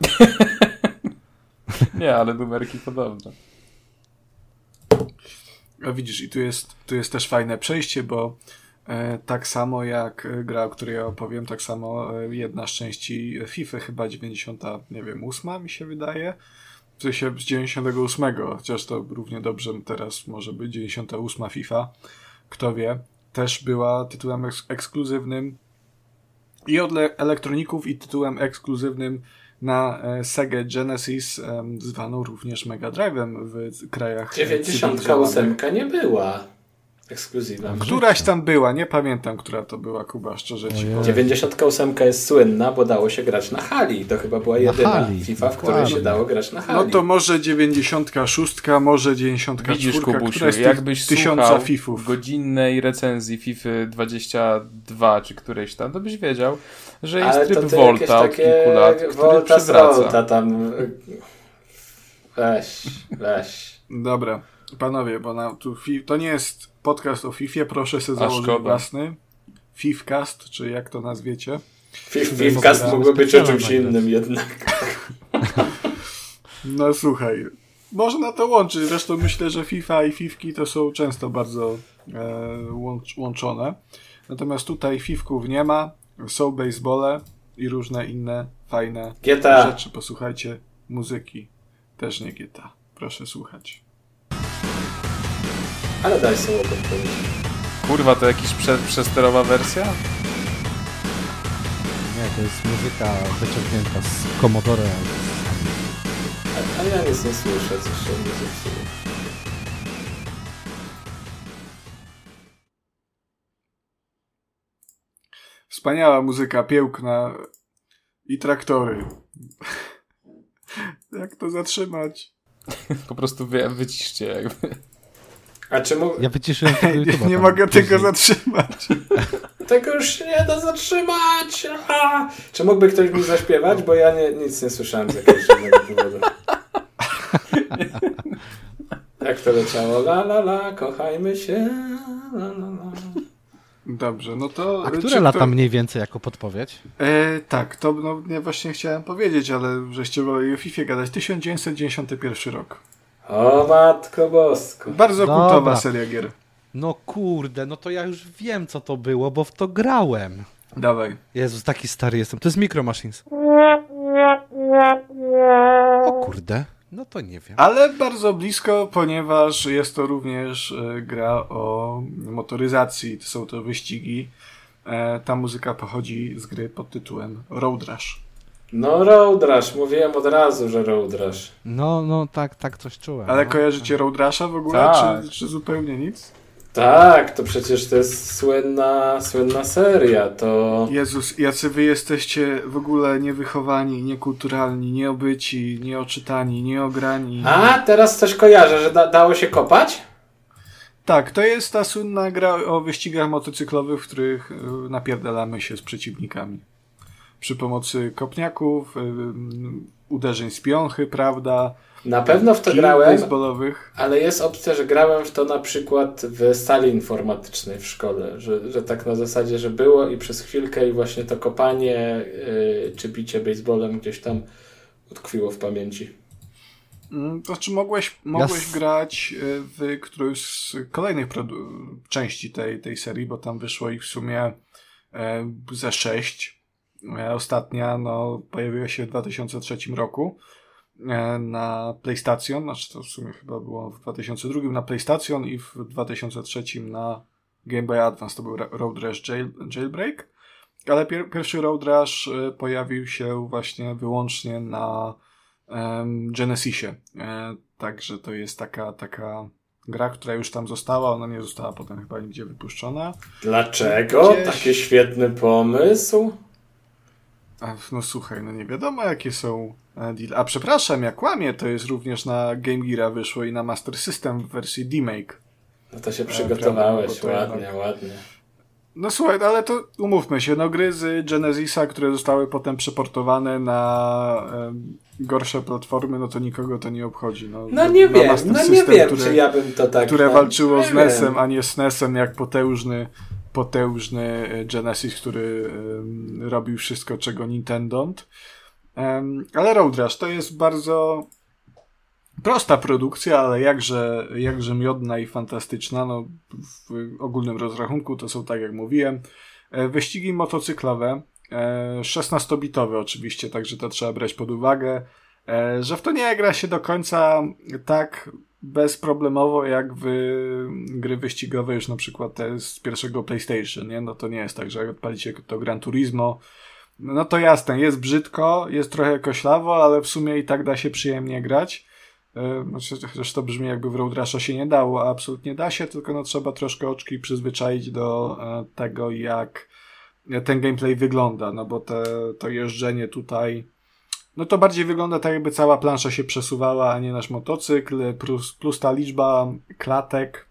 Nie, ale numerki podobne. A widzisz, i tu jest też fajne przejście, bo tak samo jak gra, o której ja opowiem, tak samo jedna z części FIFA, chyba 98 mi się wydaje, w sensie z 98, chociaż to równie dobrze teraz może być 98 FIFA, kto wie, też była tytułem ekskluzywnym i od elektroników i tytułem ekskluzywnym na Sega Genesis, zwaną również Mega Drive'em w krajach 98 nie była ekskluzywna. Któraś tam była, nie pamiętam, która to była, Kuba, szczerze ci powiem. 98 jest słynna, bo dało się grać na hali. To chyba była jedyna hali, FIFA, w której się dało grać na hali. No to może 96, może 94, Widzisz, Kubusiu, któraś z tych jakbyś 1000 słuchał fifów. godzinnej recenzji FIFA 22 czy którejś tam, to byś wiedział, że Ale jest tryb to ty Volta od jakieś takie kilku lat, który Volta przywraca. Volta tam... Weź. Dobra, panowie, bo to nie jest podcast o Fifie, proszę sobie założyć szkoda. własny. Fifcast, czy jak to nazwiecie. Fifcast mógłby być o czymś innym jednak. No słuchaj, można to łączyć. Zresztą myślę, że FIFA i Fifki to są często bardzo łączone. Natomiast tutaj Fifków nie ma. Są basebole i różne inne fajne GTA. rzeczy. Posłuchajcie muzyki. Też nie GTA. Proszę słuchać. Ale daj sobie odpowiedź. Kurwa, to jakiś przesterowa wersja? Nie, to jest muzyka wyciągnięta z Commodore. A ja nic nie słyszę, coś się nie zepsuło. Wspaniała muzyka, piękna i traktory. Jak to zatrzymać? Po prostu wyciszcie jakby. A czy Ja wyciszyłem tego YouTube'a. Nie tam mogę tego Mhm. zatrzymać. Tego już się nie da zatrzymać! Aha! Czy mógłby ktoś mi zaśpiewać? Bo ja nic nie słyszałem z jakiegoś innego powodu. Jak to leciało? La la la, kochajmy się. La, la, la. Dobrze, no to... A które lata mniej więcej jako podpowiedź? Tak, to ja właśnie chciałem powiedzieć, ale żeście woleli o FIFA gadać. 1991 rok. O matko bosko. Bardzo Dobra. kultowa seria gier. No kurde, no to ja już wiem, co to było, bo w to grałem. Dawaj. Jezus, taki stary jestem. To jest Micro Machines. O kurde, no to nie wiem. Ale bardzo blisko, ponieważ jest to również gra o motoryzacji. Są to wyścigi. Ta muzyka pochodzi z gry pod tytułem Road Rush. No Road Rush, mówiłem od razu, że Road Rush. No, tak coś czułem. Ale no. kojarzycie Road Rusha w ogóle, Tak. czy zupełnie nic? Tak, to przecież to jest słynna seria, to... Jezus, jacy wy jesteście w ogóle niewychowani, niekulturalni, nieobyci, nieoczytani, nieograni. A, teraz coś kojarzę, że dało się kopać? Tak, to jest ta słynna gra o wyścigach motocyklowych, w których napierdalamy się z przeciwnikami. przy pomocy kopniaków, uderzeń z piąchy, prawda? Na pewno w to Kij grałem, baseballowych. ale jest opcja, że grałem w to na przykład w sali informatycznej w szkole, że tak na zasadzie, że było i przez chwilkę i właśnie to kopanie czy bicie baseballem gdzieś tam utkwiło w pamięci. Znaczy mogłeś grać w którejś z kolejnych części tej serii, bo tam wyszło ich w sumie ze 6. Ostatnia pojawiła się w 2003 roku na PlayStation, znaczy to w sumie chyba było w 2002 na PlayStation i w 2003 na Game Boy Advance, to był Road Rash Jailbreak, ale pierwszy Road Rash pojawił się właśnie wyłącznie na Genesisie, także to jest taka gra, która już tam została, ona nie została potem chyba nigdzie wypuszczona. Dlaczego? Taki świetny pomysł? No słuchaj, nie wiadomo jakie są deal. A przepraszam, ja kłamię, to jest również na Game Geara wyszło i na Master System w wersji D-Make. No to się przygotowałeś, prawda, ładnie. No słuchaj, ale to umówmy się, gry z Genesisa, które zostały potem przeportowane na gorsze platformy, to nikogo to nie obchodzi. Nie wiem, czy ja bym to tak... Które walczyło z NES-em, a nie z NES-em, jak potężny Genesis, który robił wszystko, czego Nintendo. Ale Road Rash to jest bardzo prosta produkcja, ale jakże miodna i fantastyczna. W ogólnym rozrachunku to są, tak jak mówiłem, wyścigi motocyklowe, 16-bitowe oczywiście, także to trzeba brać pod uwagę, że w to nie gra się do końca tak bezproblemowo jak w gry wyścigowe już na przykład te z pierwszego PlayStation, nie? To nie jest tak, że jak odpalicie to Gran Turismo, to jasne, jest brzydko, jest trochę koślawo, ale w sumie i tak da się przyjemnie grać. Chociaż to brzmi jakby w Road Rasha się nie dało, a absolutnie da się, tylko trzeba troszkę oczki przyzwyczaić do tego, jak ten gameplay wygląda, bo to jeżdżenie tutaj to bardziej wygląda tak, jakby cała plansza się przesuwała, a nie nasz motocykl, plus ta liczba klatek.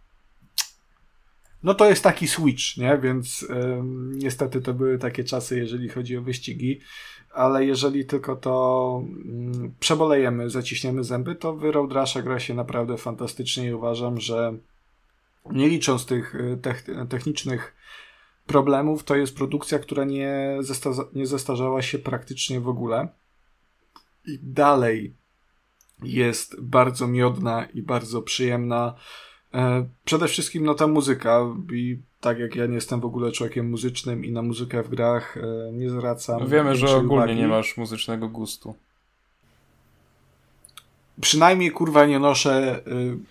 To jest taki switch, nie? Więc niestety to były takie czasy, jeżeli chodzi o wyścigi, ale jeżeli tylko to przebolejemy, zaciśniemy zęby, to w Road Rasha gra się naprawdę fantastycznie i uważam, że nie licząc tych technicznych problemów, to jest produkcja, która nie zestarzała się praktycznie w ogóle i dalej jest bardzo miodna i bardzo przyjemna. Przede wszystkim ta muzyka i tak jak ja nie jestem w ogóle człowiekiem muzycznym i na muzykę w grach nie zwracam wiemy, że ogólnie uwagi. Nie masz muzycznego gustu. Przynajmniej kurwa nie noszę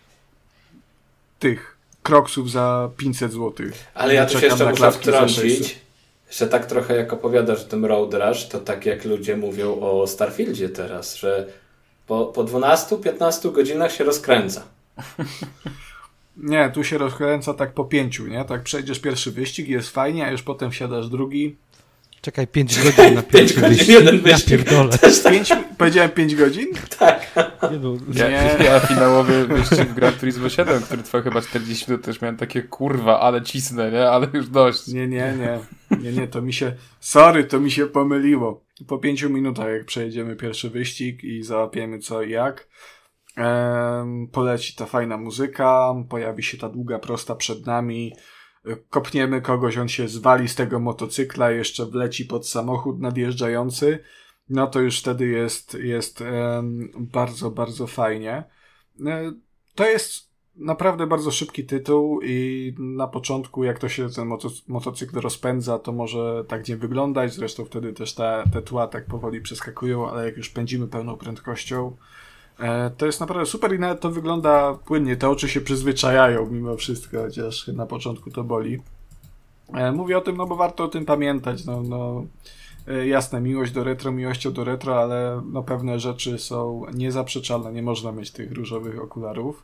tych kroksów za 500 zł. Ale ja tu się jeszcze muszę wtrącić, że tak trochę jak opowiadasz o tym Road Rash, to tak jak ludzie mówią o Starfieldzie teraz, że po 12-15 godzinach się rozkręca. Nie, tu się rozkręca tak po 5, nie? Tak przejdziesz pierwszy wyścig, jest fajnie, a już potem wsiadasz drugi. Czekaj, 5 godzin na pierwszy wyścig. Jeden wyścig. Ja pierdolę. Powiedziałem 5 godzin? Tak. Ja finałowy wyścig w Gran Turismo 7, który trwał chyba 40 minut, też miałem takie kurwa, ale cisnę, nie? Ale już dość. Nie, to mi się pomyliło. Po 5 minutach, jak przejedziemy pierwszy wyścig i załapiemy co i jak, poleci ta fajna muzyka, pojawi się ta długa prosta przed nami, kopniemy kogoś, on się zwali z tego motocykla, jeszcze wleci pod samochód nadjeżdżający, to już wtedy jest bardzo, bardzo fajnie. To jest naprawdę bardzo szybki tytuł i na początku, jak to się ten motocykl rozpędza, to może tak nie wyglądać, zresztą wtedy też te tła tak powoli przeskakują, ale jak już pędzimy pełną prędkością, to jest naprawdę super i nawet to wygląda płynnie, te oczy się przyzwyczajają mimo wszystko, chociaż na początku to boli. Mówię o tym, bo warto o tym pamiętać, jasne, miłością do retro, ale pewne rzeczy są niezaprzeczalne, nie można mieć tych różowych okularów.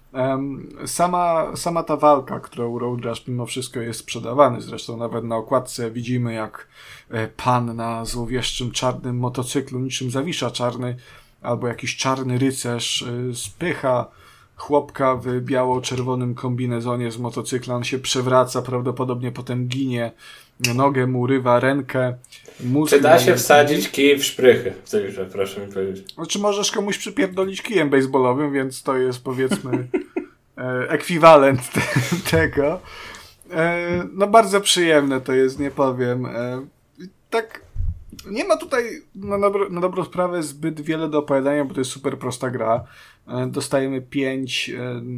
Sama ta walka, którą Road Rash mimo wszystko jest sprzedawany, zresztą nawet na okładce widzimy, jak pan na złowieszczym czarnym motocyklu, niczym Zawisza czarny, albo jakiś czarny rycerz spycha chłopka w biało-czerwonym kombinezonie z motocykla, on się przewraca, prawdopodobnie potem ginie nogę mu urywa, rękę. Mózg Czy da się wsadzić kij w szprychy? W tej grze, proszę mi powiedzieć. Znaczy możesz komuś przypierdolić kijem baseballowym, więc to jest powiedzmy ekwiwalent tego. No bardzo przyjemne to jest, nie powiem. Tak, nie ma tutaj na dobrą sprawę zbyt wiele do opowiadania, bo to jest super prosta gra. Dostajemy 5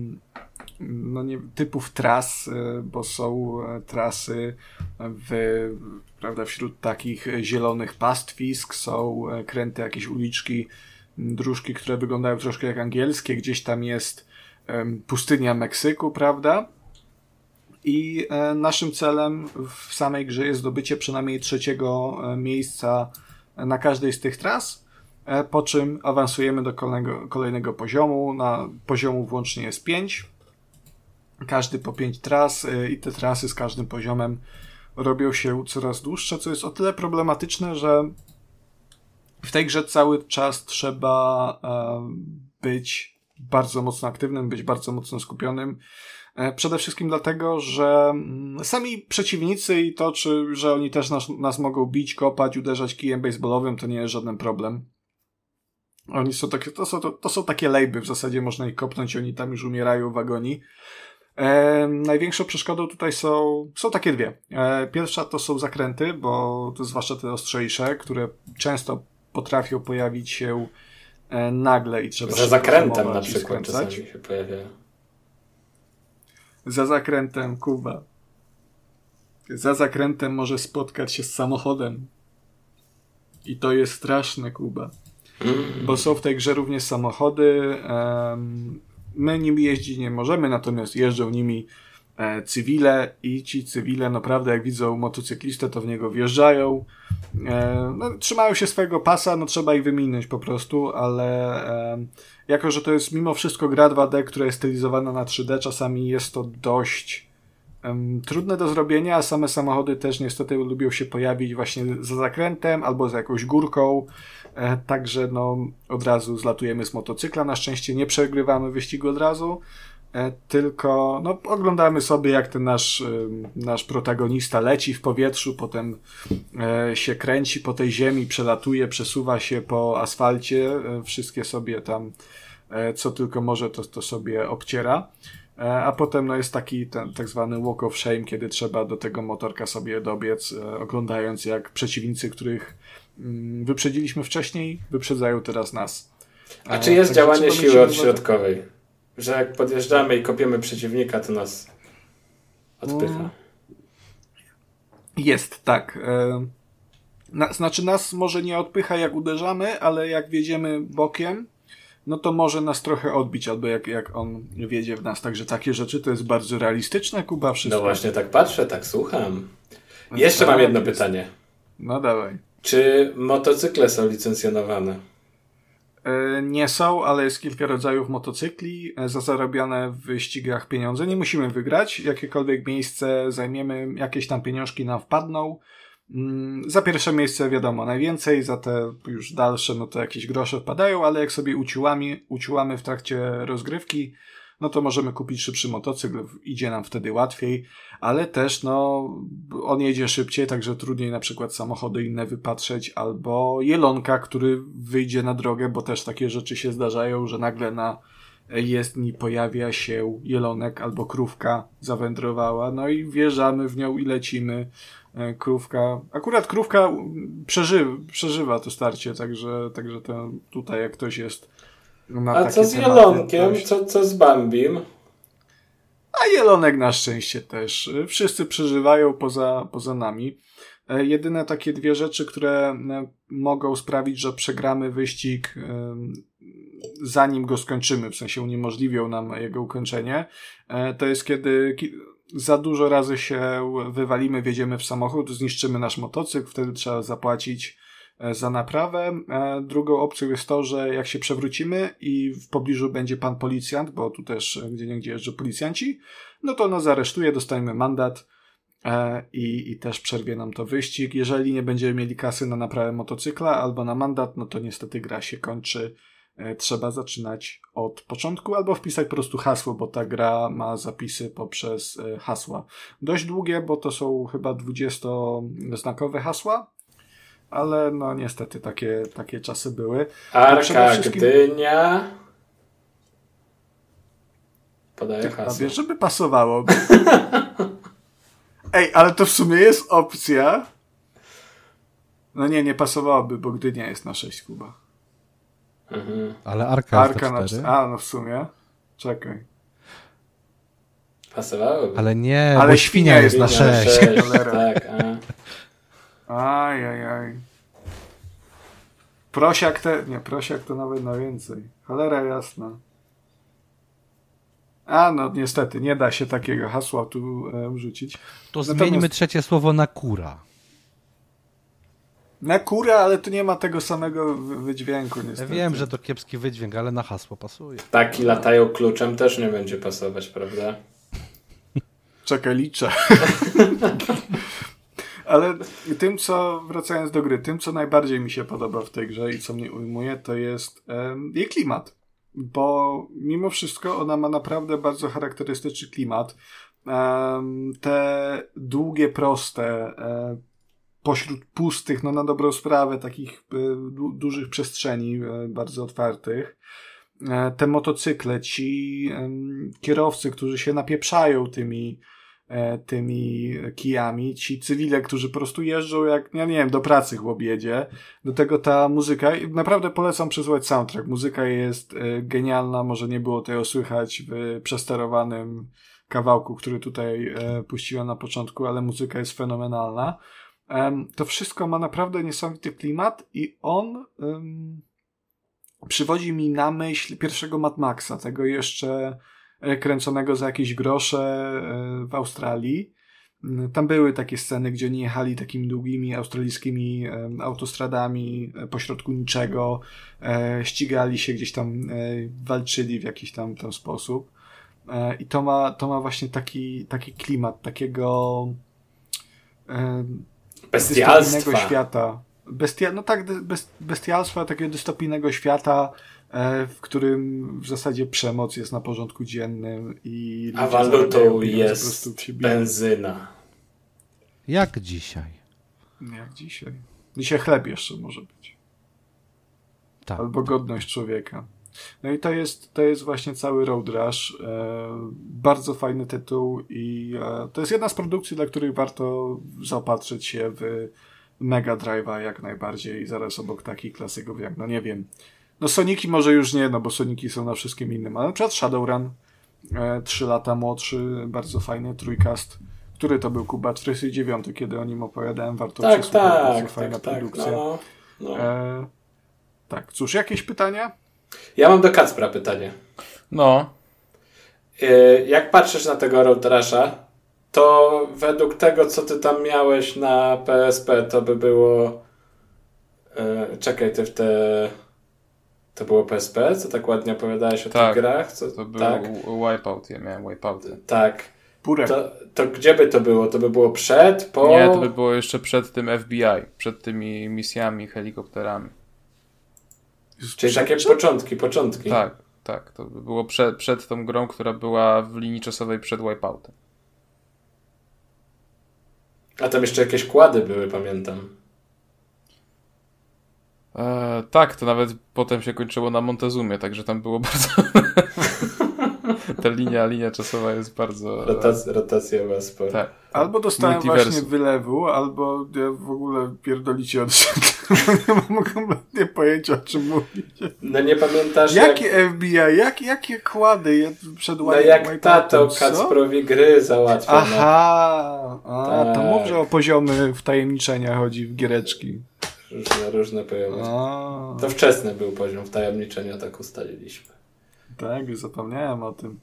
typów tras, bo są trasy prawda, wśród takich zielonych pastwisk, są kręte jakieś uliczki, dróżki, które wyglądają troszkę jak angielskie, gdzieś tam jest pustynia Meksyku, prawda? I naszym celem w samej grze jest zdobycie przynajmniej 3. miejsca na każdej z tych tras, po czym awansujemy do kolejnego poziomu. Poziomów łącznie jest 5. Każdy po 5 tras i te trasy z każdym poziomem robią się coraz dłuższe, co jest o tyle problematyczne, że w tej grze cały czas trzeba być bardzo mocno aktywnym, być bardzo mocno skupionym. Przede wszystkim dlatego, że sami przeciwnicy i to, że oni też nas mogą bić, kopać, uderzać kijem baseballowym, to nie jest żaden problem. Oni są takie, to są takie lejby, w zasadzie można ich kopnąć i oni tam już umierają w agonii. Największą przeszkodą tutaj są takie dwie. Pierwsza to są zakręty, bo to zwłaszcza te ostrzejsze, które często potrafią pojawić się nagle i trzeba za zakrętem na przykład czasami się pojawiają. Za zakrętem, Kuba. Za zakrętem może spotkać się z samochodem. I to jest straszne, Kuba. Bo są w tej grze również samochody. My nimi jeździć nie możemy, natomiast jeżdżą nimi cywile i ci cywile naprawdę jak widzą motocyklistę, to w niego wjeżdżają. Trzymają się swojego pasa, trzeba ich wyminąć po prostu, ale jako, że to jest mimo wszystko gra 2D, która jest stylizowana na 3D, czasami jest to dość trudne do zrobienia, a same samochody też niestety lubią się pojawić właśnie za zakrętem albo za jakąś górką, także od razu zlatujemy z motocykla, na szczęście nie przegrywamy wyścigu od razu, tylko oglądamy sobie jak ten nasz protagonista leci w powietrzu, potem się kręci po tej ziemi, przelatuje, przesuwa się po asfalcie, wszystkie sobie tam co tylko może to sobie obciera, a potem jest taki ten tak zwany walk of shame, kiedy trzeba do tego motorka sobie dobiec, oglądając jak przeciwnicy, których wyprzedziliśmy wcześniej, wyprzedzają teraz nas. A czy jest działanie siły odśrodkowej? Że jak podjeżdżamy i kopiemy przeciwnika, to nas odpycha. Jest, tak. Znaczy nas może nie odpycha jak uderzamy, ale jak wjedziemy bokiem, to może nas trochę odbić, albo jak on wjedzie w nas. Także takie rzeczy to jest bardzo realistyczne, Kuba, wszystko. No właśnie tak patrzę, tak słucham. Jeszcze mam jedno pytanie. No dawaj. Czy motocykle są licencjonowane? Nie są, ale jest kilka rodzajów motocykli. Za zarobione w wyścigach pieniądze nie musimy wygrać. Jakiekolwiek miejsce zajmiemy, jakieś tam pieniążki nam wpadną. Za pierwsze wiadomo najwięcej, za te już dalsze to jakieś grosze wpadają, ale jak sobie uciułamy w trakcie rozgrywki, to możemy kupić szybszy motocykl, idzie nam wtedy łatwiej, ale też on jedzie szybciej, także trudniej na przykład samochody inne wypatrzeć, albo jelonka, który wyjdzie na drogę, bo też takie rzeczy się zdarzają, że nagle na jezdni pojawia się jelonek albo krówka zawędrowała, i wjeżdżamy w nią i lecimy. Akurat krówka przeżywa to starcie, także to tutaj jak ktoś jest na a co z jelonkiem? Co z Bambim? A jelonek na szczęście też. Wszyscy przeżywają poza nami. Jedyne takie dwie rzeczy, które mogą sprawić, że przegramy wyścig zanim go skończymy, w sensie uniemożliwią nam jego ukończenie, to jest kiedy za dużo razy się wywalimy, wjedziemy w samochód, zniszczymy nasz motocykl, wtedy trzeba zapłacić za naprawę. Drugą opcją jest to, że jak się przewrócimy i w pobliżu będzie pan policjant, bo tu też gdzieniegdzie jeżdżą policjanci, to nas aresztuje, dostaniemy mandat i też przerwie nam to wyścig. Jeżeli nie będziemy mieli kasy na naprawę motocykla albo na mandat, to niestety gra się kończy trzeba zaczynać od początku albo wpisać po prostu hasło, bo ta gra ma zapisy poprzez hasła. Dość długie, bo to są chyba 20-znakowe hasła, ale no niestety takie czasy były. Arka Gdynia. Podaję hasło. A wiesz, żeby pasowało. Ej, ale to w sumie jest opcja. No nie pasowałoby, bo Gdynia jest na 6 chyba. Mhm. Ale Arka jest na 4. No w sumie. Czekaj. Pasowałoby. Ale nie, ale bo świnia jest na 6. Tak, Ajajaj. Prosiak to nawet na więcej. Cholera jasna. No niestety, nie da się takiego hasła tu wrzucić. To zmieńmy trzecie słowo na kura. Na kurę, ale tu nie ma tego samego wydźwięku niestety. Ja wiem, że to kiepski wydźwięk, ale na hasło pasuje. Ptaki latają kluczem też nie będzie pasować, prawda? Czekaj, liczę. Ale wracając do gry, tym co najbardziej mi się podoba w tej grze i co mnie ujmuje, to jest jej klimat. Bo mimo wszystko ona ma naprawdę bardzo charakterystyczny klimat. Te długie, proste, pośród pustych, no na dobrą sprawę, takich dużych przestrzeni, bardzo otwartych. Te motocykle, ci kierowcy, którzy się napieprzają tymi kijami, ci cywile, którzy po prostu jeżdżą jak, ja nie wiem, do pracy chłop jedzie. Do tego ta muzyka, i naprawdę polecam przesłuchać soundtrack. Muzyka jest genialna, może nie było tego słychać w przesterowanym kawałku, który tutaj puściłem na początku, ale muzyka jest fenomenalna. To wszystko ma naprawdę niesamowity klimat i on przywodzi mi na myśl pierwszego Mad Maxa, tego jeszcze kręconego za jakieś grosze w Australii. Tam były takie sceny, gdzie oni jechali takimi długimi australijskimi autostradami pośrodku niczego, ścigali się gdzieś tam, walczyli w jakiś tam sposób. I to ma właśnie taki klimat, takiego bestialstwa świata. Bestialstwa, takiego dystopijnego świata, w którym w zasadzie przemoc jest na porządku dziennym i a walutą jest benzyna. Jak dzisiaj. Dzisiaj chleb jeszcze może być. Tak. Albo godność człowieka. No i to jest właśnie cały Road Rush. Bardzo fajny tytuł i to jest jedna z produkcji, dla których warto zaopatrzyć się w Mega Drive'a jak najbardziej. Zaraz obok takich klasyków jak, no nie wiem, no Soniki może już nie, no bo Soniki są na wszystkim innym, ale na przykład Shadowrun, 3 lata młodszy, bardzo fajny trójkast. Który to był, Kuba? 49, kiedy o nim opowiadałem, warto przesłuchać. Bardzo fajna produkcja. No. Tak, cóż, jakieś pytania? Ja mam do Kacpra pytanie. No. Jak patrzysz na tego Road Rusha, to według tego, co ty tam miałeś na PSP, to by było... Czekaj, to było PSP? Co tak ładnie opowiadałeś o tych grach? To był Wipeout, ja miałem Wipeouty. Tak. Purę. To gdzie by to było? To by było przed, po... Nie, to by było jeszcze przed tym FBI, przed tymi misjami, helikopterami. Czyli takie początki. Tak. To by było przed tą grą, która była w linii czasowej przed Wipeoutem. A tam jeszcze jakieś kłady były, pamiętam. Tak, to nawet potem się kończyło na Montezumie, także tam było bardzo... Ta linia czasowa jest bardzo... Rotacja była spora. Tak. Albo dostałem właśnie wylewu, albo w ogóle pierdolicie od siebie. Nie mam kompletnie pojęcia, o czym mówicie. No nie pamiętasz Jakie FBI? Jakie kłady przed no jak tato Kacprowi gry załatwia. Aha! Tak. To mów, że o poziomy wtajemniczenia chodzi w giereczki. Różne poziomy. To wczesny był poziom wtajemniczenia, tak ustaliliśmy. Tak, zapomniałem o tym.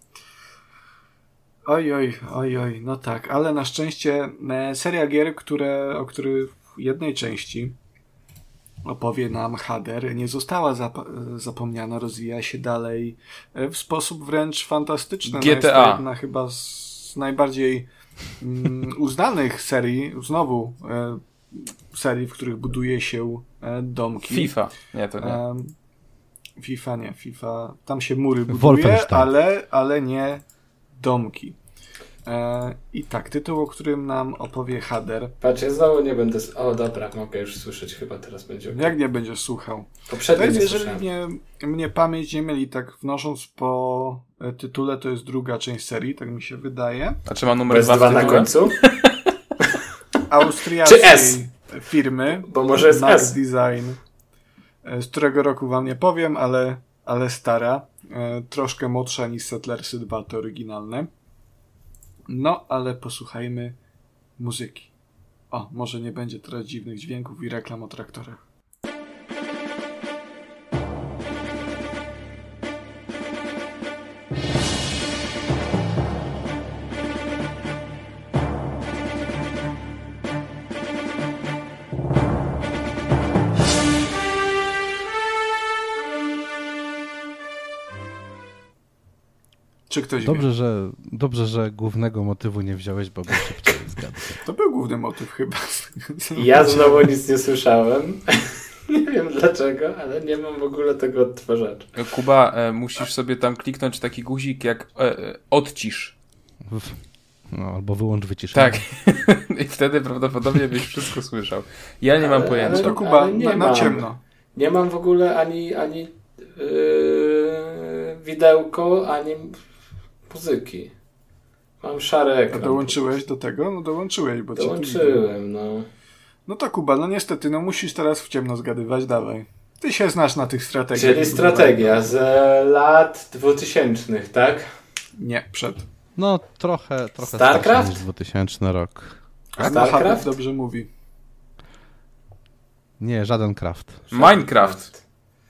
Oj, no tak, ale na szczęście seria gier, o których w jednej części opowie nam Hader, nie została zapomniana, rozwija się dalej w sposób wręcz fantastyczny. GTA. No jest to jedna chyba z najbardziej uznanych serii, znowu serii, w których buduje się domki. FIFA. Nie, to nie. FIFA nie, FIFA, tam się mury buduje, Wolfenstein. ale nie domki. I tak, tytuł, o którym nam opowie Hader. Patrz, ja znowu nie będę... O, dobra, mogę już słyszeć, chyba teraz będzie okej. Jak nie będziesz słuchał? Poprzednio To jest, nie jeżeli słyszałem. mnie pamięć nie myli, tak wnosząc po tytule, to jest druga część serii, tak mi się wydaje. A czy ma numer Bez 2 w 2 na tytule? końcu? Austriackiej Czy S? firmy Bo może jest Max S. Design, z którego roku wam nie powiem, ale stara. Troszkę młodsza niż Settlersy 2, to oryginalne. No, ale posłuchajmy muzyki. O, może nie będzie teraz dziwnych dźwięków i reklam o traktorach. Czy ktoś wie? Dobrze, że głównego motywu nie wziąłeś, bo by szybciej zgadł. To był główny motyw chyba. Ja znowu nic nie słyszałem. Nie wiem dlaczego, ale nie mam w ogóle tego odtwarzacza. Kuba, musisz sobie tam kliknąć taki guzik jak odcisz. No, albo wyłącz wyciszenie. Tak. I wtedy prawdopodobnie byś wszystko słyszał. Ja nie mam pojęcia. To Kuba, ale nie na mam. ciemno. Nie mam w ogóle ani widełko, ani muzyki. Mam szary A ekran. dołączyłeś do tego? No dołączyłeś, bo cię tu widzę. Dołączyłem, no. No to Kuba, no niestety, no musisz teraz w ciemno zgadywać, dawaj. Ty się znasz na tych strategiach. Czyli strategia z lat 2000, tak? Nie, przed. No trochę StarCraft? starszy niż 2000 rok. A StarCraft? dobrze mówi. Nie, żaden craft. Minecraft.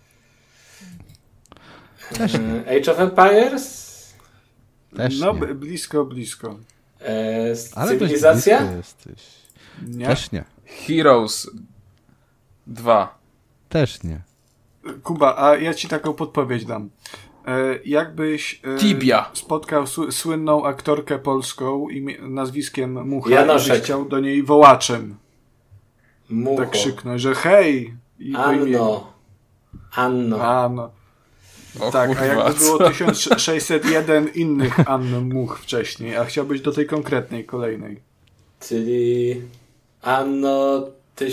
Age of Empires? Też No, nie. blisko. Ale dość Cywilizacja? blisko jesteś. Nie? Też nie. Heroes 2. Też nie. Kuba, a ja ci taką podpowiedź dam. Jakbyś Tibia. spotkał słynną aktorkę polską nazwiskiem Mucha Janoszek. i byś chciał do niej wołaczem Mucho. tak krzyknąć, że hej! I po imieniu. Anno. A, no. O Tak, kurwa, a jakby było co? 1601 innych Ann Much wcześniej, a chciałbyś do tej konkretnej, kolejnej. Czyli Anno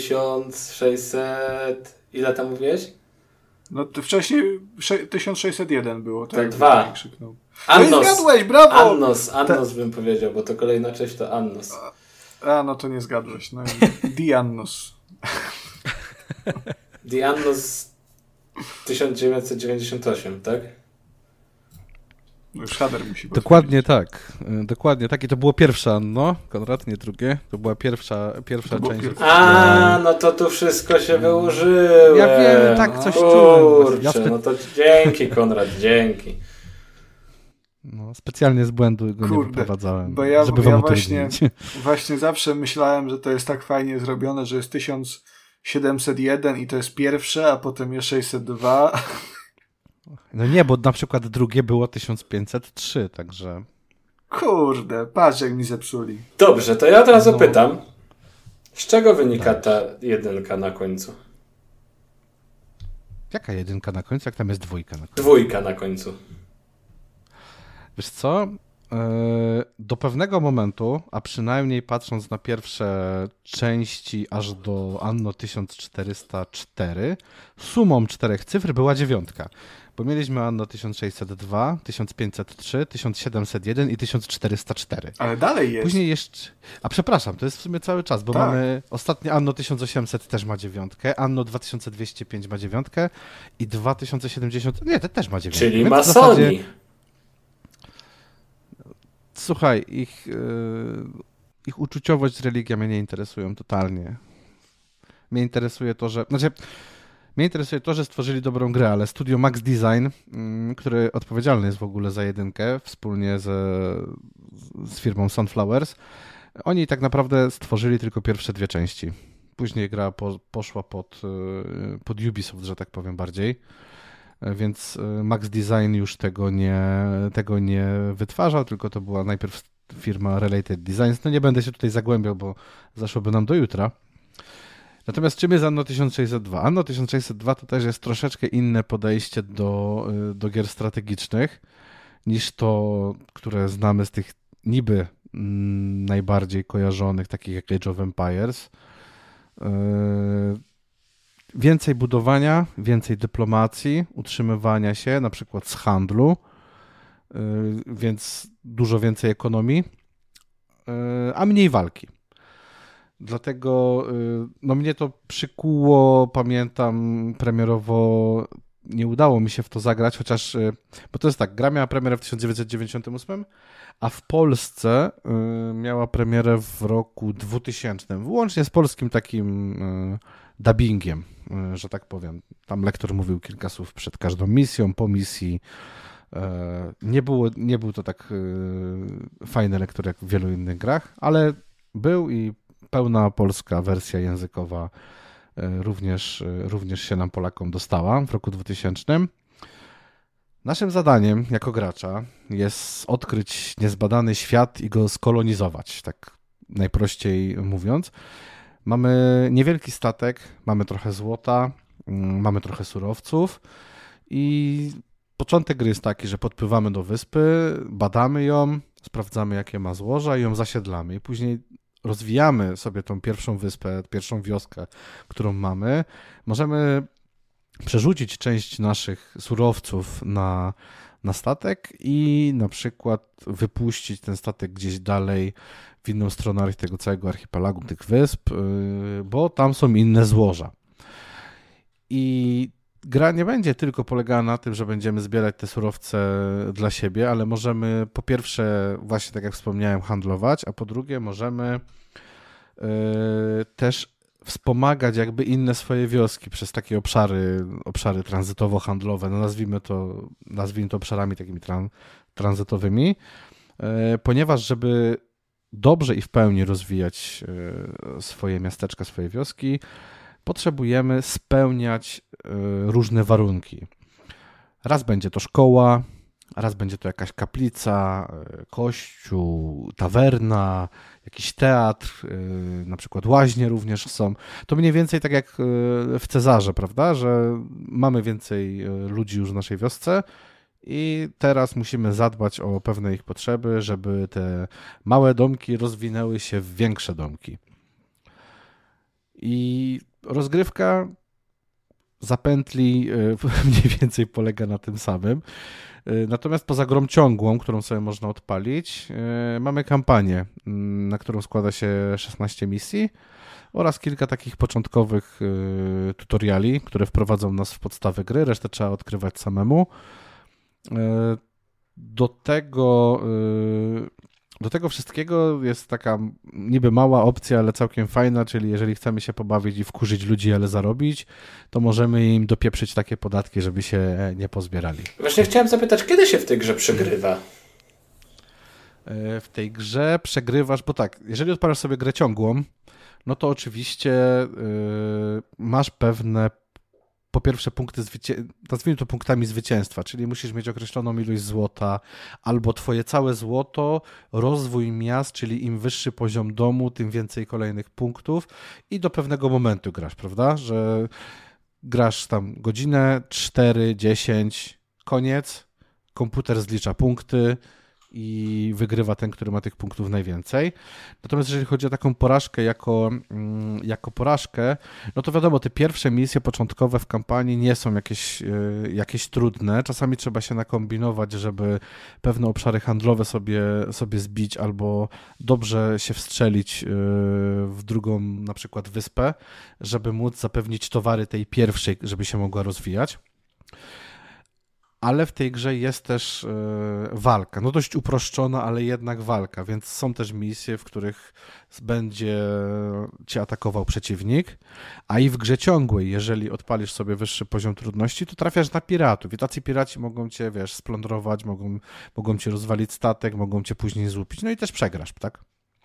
1600... Ile tam mówiłeś? No to wcześniej 1601 było, tak? dwa. Jak krzyknął. No i Annos. zgadłeś, brawo! Annos bym powiedział, bo to kolejna część to Annos. A, no to nie zgadłeś. No i Diannos. The Annos 1998, tak? No już Hader musi Dokładnie tak. Dokładnie tak. I to było pierwsze Anno, Konrad, nie drugie. To była pierwsza było część. pierwsze. A, no to tu wszystko się wyłożyło. Ja wiem, tak coś czułem. Kurczę, Ja no to dzięki Konrad, dzięki. No, specjalnie z błędu go nie Kurde, wyprowadzałem, bo ja żeby wam właśnie, utrudnić. właśnie zawsze myślałem, że to jest tak fajnie zrobione, że jest 1701 i to jest pierwsze, a potem jest 602. No nie, bo na przykład drugie było 1503, także... Kurde, patrz jak mi zepsuli. Dobrze, to ja od razu No. pytam. Z czego wynika ta jedynka na końcu? Jaka jedynka na końcu, jak tam jest dwójka na końcu? Dwójka na końcu. Wiesz co? Do pewnego momentu, a przynajmniej patrząc na pierwsze części aż do Anno 1404, sumą czterech cyfr była dziewiątka. Bo mieliśmy Anno 1602, 1503, 1701 i 1404. Ale dalej jest. Później jeszcze... A przepraszam, to jest w sumie cały czas, bo Tak. mamy ostatnie Anno 1800 też ma dziewiątkę, Anno 2205 ma dziewiątkę i 2070... Nie, to też ma dziewiątkę. Czyli Więc w masoni. zasadzie- Słuchaj, ich uczuciowość, religia mnie nie interesują totalnie. Mnie interesuje to, że stworzyli dobrą grę, ale studio Max Design, który odpowiedzialny jest w ogóle za jedynkę, wspólnie z firmą Sunflowers, oni tak naprawdę stworzyli tylko pierwsze dwie części. Później gra poszła pod Ubisoft, że tak powiem bardziej. Więc Max Design już tego nie wytwarzał, tylko to była najpierw firma Related Designs. No nie będę się tutaj zagłębiał, bo zaszłoby nam do jutra. Natomiast czym jest Anno 1602? Anno 1602 to też jest troszeczkę inne podejście do gier strategicznych niż to, które znamy z tych niby najbardziej kojarzonych, takich jak Age of Empires. Więcej budowania, więcej dyplomacji, utrzymywania się, na przykład z handlu, więc dużo więcej ekonomii, a mniej walki. Dlatego no mnie to przykuło, pamiętam premierowo, nie udało mi się w to zagrać, chociaż, bo to jest tak, gra miała premierę w 1998, a w Polsce miała premierę w roku 2000, wyłącznie z polskim takim dubbingiem, że tak powiem. Tam lektor mówił kilka słów przed każdą misją, po misji. Nie był to tak fajny lektor jak w wielu innych grach, ale był i pełna polska wersja językowa również się nam Polakom dostała w roku 2000. Naszym zadaniem jako gracza jest odkryć niezbadany świat i go skolonizować, tak najprościej mówiąc. Mamy niewielki statek, mamy trochę złota, mamy trochę surowców i początek gry jest taki, że podpływamy do wyspy, badamy ją, sprawdzamy jakie ma złoża i ją zasiedlamy i później rozwijamy sobie tą pierwszą wyspę, pierwszą wioskę, którą mamy. Możemy przerzucić część naszych surowców na statek i na przykład wypuścić ten statek gdzieś dalej w inną stronę tego całego archipelagu, tych wysp, bo tam są inne złoża. I gra nie będzie tylko polegała na tym, że będziemy zbierać te surowce dla siebie, ale możemy po pierwsze, właśnie tak jak wspomniałem, handlować, a po drugie możemy też wspomagać jakby inne swoje wioski przez takie obszary tranzytowo-handlowe, no nazwijmy to obszarami takimi tranzytowymi, ponieważ żeby dobrze i w pełni rozwijać swoje miasteczka, swoje wioski, potrzebujemy spełniać różne warunki. Raz będzie to szkoła, raz będzie to jakaś kaplica, kościół, tawerna, jakiś teatr, na przykład łaźnie również są. To mniej więcej tak jak w Cezarze, prawda, że mamy więcej ludzi już w naszej wiosce i teraz musimy zadbać o pewne ich potrzeby, żeby te małe domki rozwinęły się w większe domki. I rozgrywka zapętli mniej więcej polega na tym samym. Natomiast poza grą ciągłą, którą sobie można odpalić, mamy kampanię, na którą składa się 16 misji oraz kilka takich początkowych tutoriali, które wprowadzą nas w podstawę gry, resztę trzeba odkrywać samemu. Do tego wszystkiego jest taka niby mała opcja, ale całkiem fajna, czyli jeżeli chcemy się pobawić i wkurzyć ludzi, ale zarobić, to możemy im dopieprzyć takie podatki, żeby się nie pozbierali. Właśnie chciałem zapytać, kiedy się w tej grze przegrywa? W tej grze przegrywasz, bo tak, jeżeli odpalasz sobie grę ciągłą, no to oczywiście masz pewne po pierwsze punkty, nazwijmy to punktami zwycięstwa, czyli musisz mieć określoną ilość złota, albo twoje całe złoto, rozwój miast, czyli im wyższy poziom domu, tym więcej kolejnych punktów i do pewnego momentu grasz, prawda, że grasz tam godzinę, 4, 10, koniec, komputer zlicza punkty i wygrywa ten, który ma tych punktów najwięcej. Natomiast jeżeli chodzi o taką porażkę jako porażkę, no to wiadomo, te pierwsze misje początkowe w kampanii nie są jakieś trudne. Czasami trzeba się nakombinować, żeby pewne obszary handlowe sobie zbić albo dobrze się wstrzelić w drugą na przykład wyspę, żeby móc zapewnić towary tej pierwszej, żeby się mogła rozwijać. Ale w tej grze jest też walka. No dość uproszczona, ale jednak walka, więc są też misje, w których będzie cię atakował przeciwnik, a i w grze ciągłej, jeżeli odpalisz sobie wyższy poziom trudności, to trafiasz na piratów i tacy piraci mogą cię, splądrować, mogą cię rozwalić statek, mogą cię później złupić, no i też przegrasz, tak?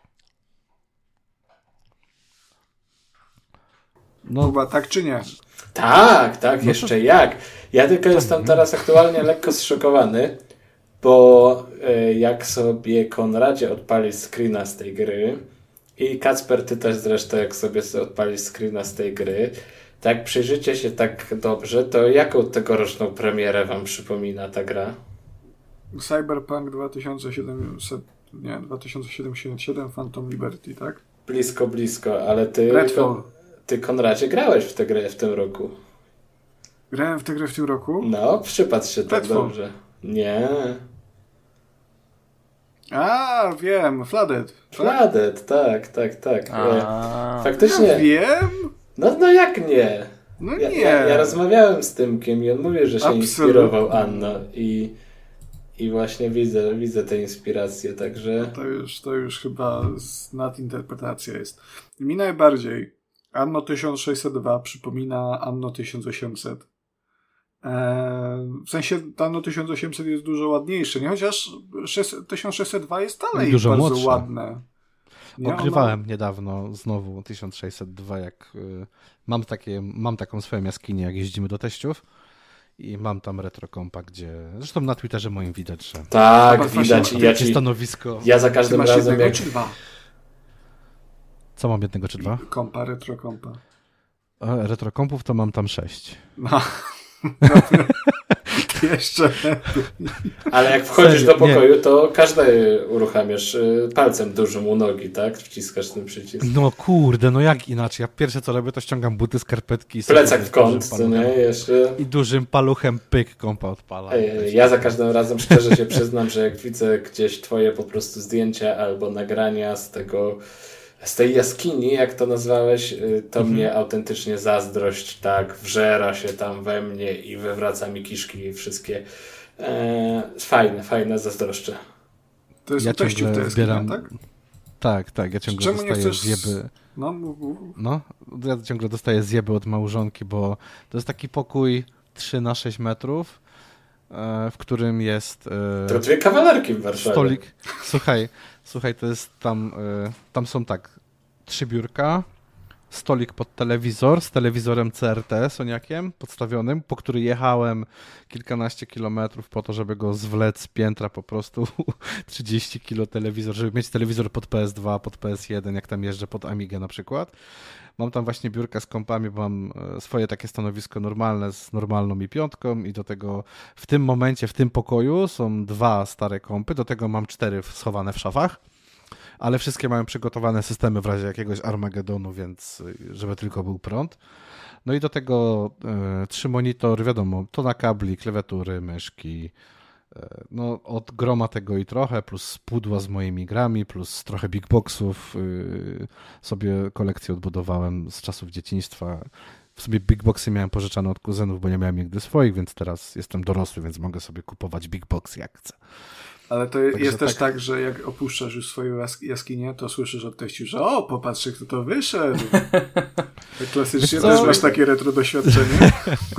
No chyba tak czy nie? Tak, no jeszcze to... jak. Ja tylko jestem teraz aktualnie lekko zszokowany, bo jak sobie Konradzie odpali screena z tej gry I Kacper, ty też zresztą, jak sobie odpalisz screena z tej gry, tak przyjrzycie się tak dobrze, to jaką tegoroczną premierę wam przypomina ta gra? Cyberpunk 2077 Phantom Liberty, tak? Blisko, ale ty Konradzie, grałeś w tę grę w tym roku. Grałem w tę grę w tym roku? No, przypatrz się tak dobrze. Nie. A, wiem, Flooded. Flooded, tak. Faktycznie. Ja wiem? No jak nie? No nie. Ja rozmawiałem z Tymkiem i on mówi, że się inspirował Anno i właśnie widzę te inspiracje, także... No to już chyba nadinterpretacja jest. Mi najbardziej Anno 1602 przypomina Anno 1800. W sensie Anno 1800 jest dużo ładniejsze, nie? Chociaż 1602 jest dalej dużo bardzo młodsze. Ładne. Nie? Odkrywałem niedawno znowu 1602, jak mam taką swoją jaskinię, jak jeździmy do teściów i mam tam retrokompa, gdzie zresztą na Twitterze moim widać, że tak, widać. Stanowisko. Ja za każdym razem jak... czy dwa? Co mam, jednego czy dwa? Kompa, retrokompa. Retrokompów to mam tam 6. No. Jeszcze lepiej. Ale jak wchodzisz do pokoju, to każdy uruchamiasz palcem dużym u nogi, tak? Wciskasz ten przycisk. No kurde, no jak inaczej? Ja pierwsze co robię, to ściągam buty, skarpetki i plecak w kąt, co nie? Jeszcze... I dużym paluchem pyk kompa odpala. Ja za każdym razem szczerze się przyznam, że jak widzę gdzieś twoje po prostu zdjęcia albo nagrania z tej jaskini, jak to nazwałeś, to mnie autentycznie zazdrość tak wżera się tam we mnie i wywraca mi kiszki wszystkie. Fajne, zazdroszczę. To jest teściów ta jaskinia, tak? Tak, ja ciągle dostaję zjeby. No, ja ciągle dostaję zjeby od małżonki, bo to jest taki pokój 3x6 metrów, w którym jest... To 2 kawalerki w Warszawie. Stolik. Słuchaj, to jest tam są tak 3 biurka, stolik pod telewizor z telewizorem CRT Soniakiem podstawionym, po który jechałem kilkanaście kilometrów po to, żeby go zwlec z piętra po prostu 30 kilo telewizor, żeby mieć telewizor pod PS2, pod PS1, jak tam jeżdżę pod Amigę na przykład. Mam tam właśnie biurka z kompami, bo mam swoje takie stanowisko normalne z normalną i5 i do tego w tym momencie, w tym pokoju są 2 stare kompy, do tego mam 4 schowane w szafach, ale wszystkie mają przygotowane systemy w razie jakiegoś Armagedonu, więc żeby tylko był prąd. No i do tego 3 monitory, wiadomo, to na kabli, klawiatury, myszki, no od groma tego i trochę, plus pudła z moimi grami, plus trochę big boxów, sobie kolekcję odbudowałem z czasów dzieciństwa. W sobie big boxy miałem pożyczane od kuzynów, bo nie miałem nigdy swoich, więc teraz jestem dorosły, więc mogę sobie kupować big boxy jak chcę. Ale to jest też tak, że jak opuszczasz już swoją jaskinię, to słyszysz od teściu, że o, popatrz, kto to wyszedł. Tak klasycznie też masz takie retro doświadczenie.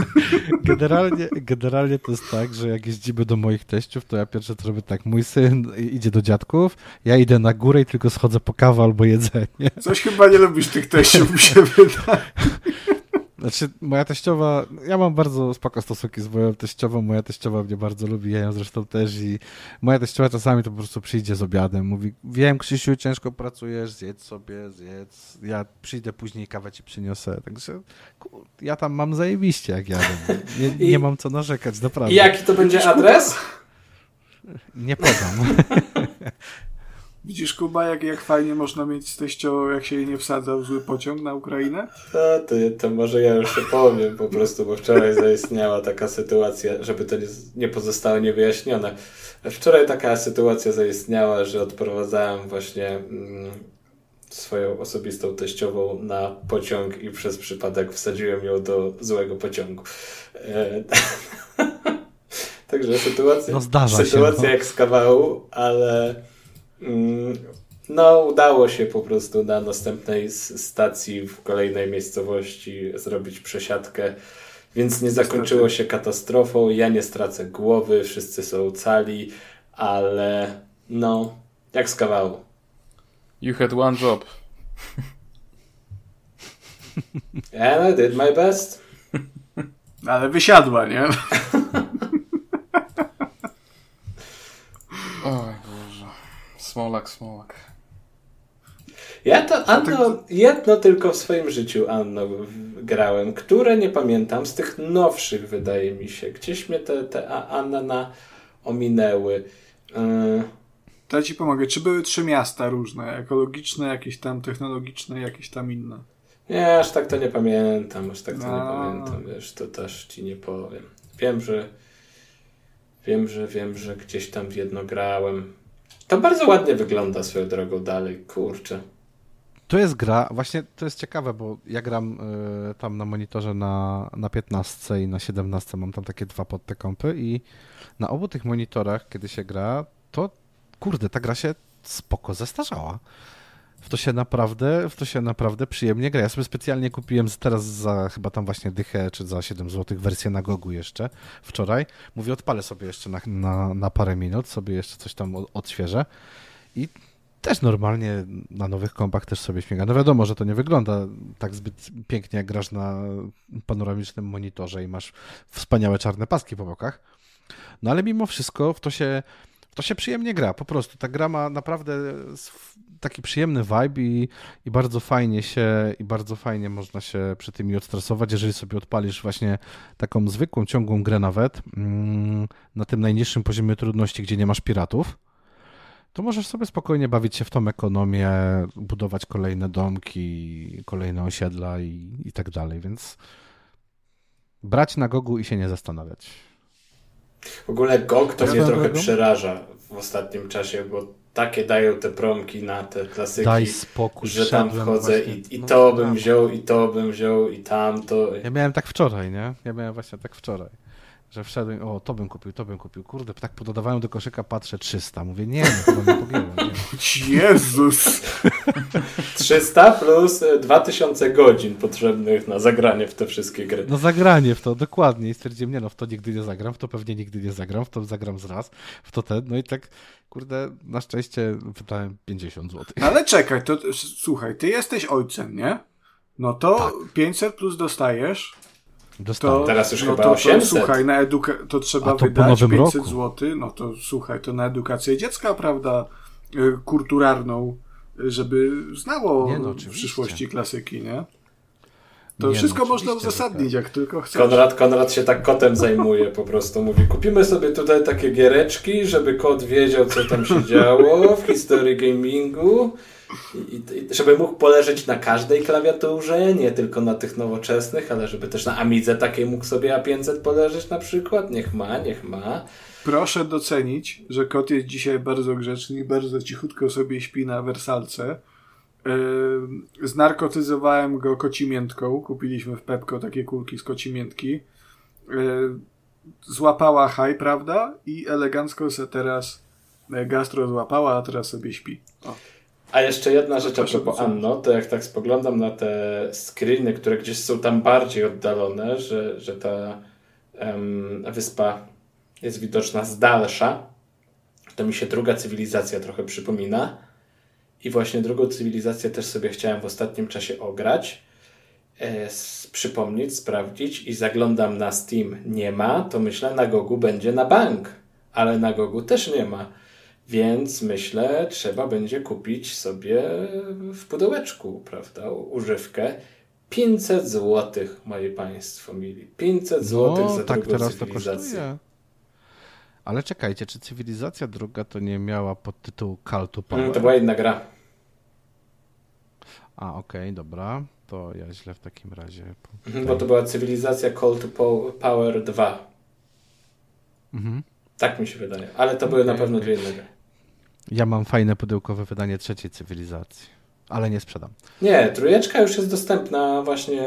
Generalnie to jest tak, że jak jeździmy do moich teściów, to ja pierwsze co robię tak, mój syn idzie do dziadków, ja idę na górę i tylko schodzę po kawę albo jedzenie. Coś chyba nie lubisz tych teściów, mi się wydaje. Znaczy, moja teściowa, ja mam bardzo spoko stosunki z moją teściową, moja teściowa mnie bardzo lubi, ja ją zresztą też i moja teściowa czasami to po prostu przyjdzie z obiadem, mówi, wiem Krzysiu, ciężko pracujesz, zjedz, ja przyjdę później, kawę ci przyniosę, także ja tam mam zajebiście jak jadę, nie mam co narzekać, naprawdę. I jaki to będzie adres? Nie podam. Widzisz, Kuba, jak fajnie można mieć z teściową, jak się jej nie wsadza w zły pociąg na Ukrainę? To może ja już się powiem po prostu, bo wczoraj zaistniała taka sytuacja, żeby to nie pozostało niewyjaśnione. Wczoraj taka sytuacja zaistniała, że odprowadzałem właśnie swoją osobistą teściową na pociąg i przez przypadek wsadziłem ją do złego pociągu. Także sytuacja jak z kawału, ale no udało się po prostu na następnej stacji w kolejnej miejscowości zrobić przesiadkę, więc nie zakończyło się katastrofą, ja nie stracę głowy, wszyscy są cali, ale no, jak z kawału. You had one job. And I did my best. Ale wysiadła, nie? Oj Boże. Smolak. Ja to Anno, jedno tylko w swoim życiu Anno grałem, które nie pamiętam, z tych nowszych wydaje mi się. Gdzieś mnie te Anna ominęły. To ja ci pomogę. Czy były 3 miasta różne? Ekologiczne, jakieś tam technologiczne, jakieś tam inne? Nie, aż tak to nie pamiętam. Wiesz, to też ci nie powiem. Wiem, że gdzieś tam w jedno grałem. To bardzo ładnie wygląda swoją drogą dalej, kurczę. To jest gra, właśnie to jest ciekawe, bo ja gram tam na monitorze na 15 i na 17 mam tam takie 2 pod te kompy i na obu tych monitorach, kiedy się gra, to kurde, ta gra się spoko zestarzała. W to się naprawdę przyjemnie gra. Ja sobie specjalnie kupiłem teraz za chyba tam właśnie dychę, czy za 7 zł wersję na Gogu jeszcze wczoraj. Mówię, odpalę sobie jeszcze na parę minut, sobie jeszcze coś tam odświeżę i też normalnie na nowych kompach też sobie śmiga. No wiadomo, że to nie wygląda tak zbyt pięknie, jak grasz na panoramicznym monitorze i masz wspaniałe czarne paski po bokach. No ale mimo wszystko w to się przyjemnie gra, po prostu. Ta gra ma naprawdę taki przyjemny vibe i bardzo fajnie można się przy tym odstresować, jeżeli sobie odpalisz właśnie taką zwykłą, ciągłą grę nawet na tym najniższym poziomie trudności, gdzie nie masz piratów, to możesz sobie spokojnie bawić się w tą ekonomię, budować kolejne domki, kolejne osiedla i tak dalej, więc brać na Gogu i się nie zastanawiać. W ogóle GOG to mnie trochę przeraża w ostatnim czasie, bo takie dają te promki na te klasyki, daj spokój, że tam wchodzę i to bym wziął, i to bym wziął, i tamto. Ja miałem tak wczoraj, nie? Ja miałem właśnie tak wczoraj, że wszedłem, to bym kupił. Kurde, tak pododawałem do koszyka, patrzę 300. Mówię, nie, chyba nie pogięłem. Jezus! 300 plus 2000 godzin potrzebnych na zagranie w te wszystkie gry. No zagranie w to, dokładnie. I stwierdziłem, w to nigdy nie zagram, w to pewnie nigdy nie zagram, w to zagram zraz, w to no i tak, kurde, na szczęście wydałem 50 zł. No ale czekaj, to słuchaj, ty jesteś ojcem, nie? No to tak. 500 plus dostajesz. To, teraz już chyba 800. To, słuchaj, to trzeba wydać 500 zł, no to słuchaj, to na edukację dziecka, prawda, kulturalną, żeby znało w przyszłości klasyki, nie? To wszystko można uzasadnić, jak tylko chcesz. Konrad się tak kotem zajmuje po prostu. Mówi, kupimy sobie tutaj takie giereczki, żeby kot wiedział, co tam się działo w historii gamingu. I żeby mógł poleżeć na każdej klawiaturze, nie tylko na tych nowoczesnych, ale żeby też na Amidze takiej mógł sobie A500 poleżeć na przykład. Niech ma. Proszę docenić, że kot jest dzisiaj bardzo grzeczny i bardzo cichutko sobie śpi na wersalce. Znarkotyzowałem go kocimiętką. Kupiliśmy w Pepko takie kulki z kocimiętki. Złapała haj, prawda? I elegancko se teraz gastro złapała, a teraz sobie śpi. O. A jeszcze jedna rzecz a propos Anno, to jak tak spoglądam na te screeny, które gdzieś są tam bardziej oddalone, że ta wyspa jest widoczna z dalsza, to mi się druga cywilizacja trochę przypomina. I właśnie drugą cywilizację też sobie chciałem w ostatnim czasie ograć, przypomnieć, sprawdzić i zaglądam na Steam. Nie ma, to myślę na Gogu będzie na bank, ale na Gogu też nie ma. Więc myślę, trzeba będzie kupić sobie w pudełeczku, prawda, używkę. 500 zł, moi państwo mili. 500 zł za tak, drugą teraz cywilizację. To kosztuje. Ale czekajcie, czy cywilizacja druga to nie miała podtytułu Call to Power? To była inna gra. Okej, dobra. To ja źle w takim razie. Bo to była cywilizacja Call to Power 2. Tak mi się wydaje. Ale to były na pewno dwie inne gry. Ja mam fajne pudełkowe wydanie trzeciej cywilizacji, ale nie sprzedam. Nie, trójeczka już jest dostępna właśnie.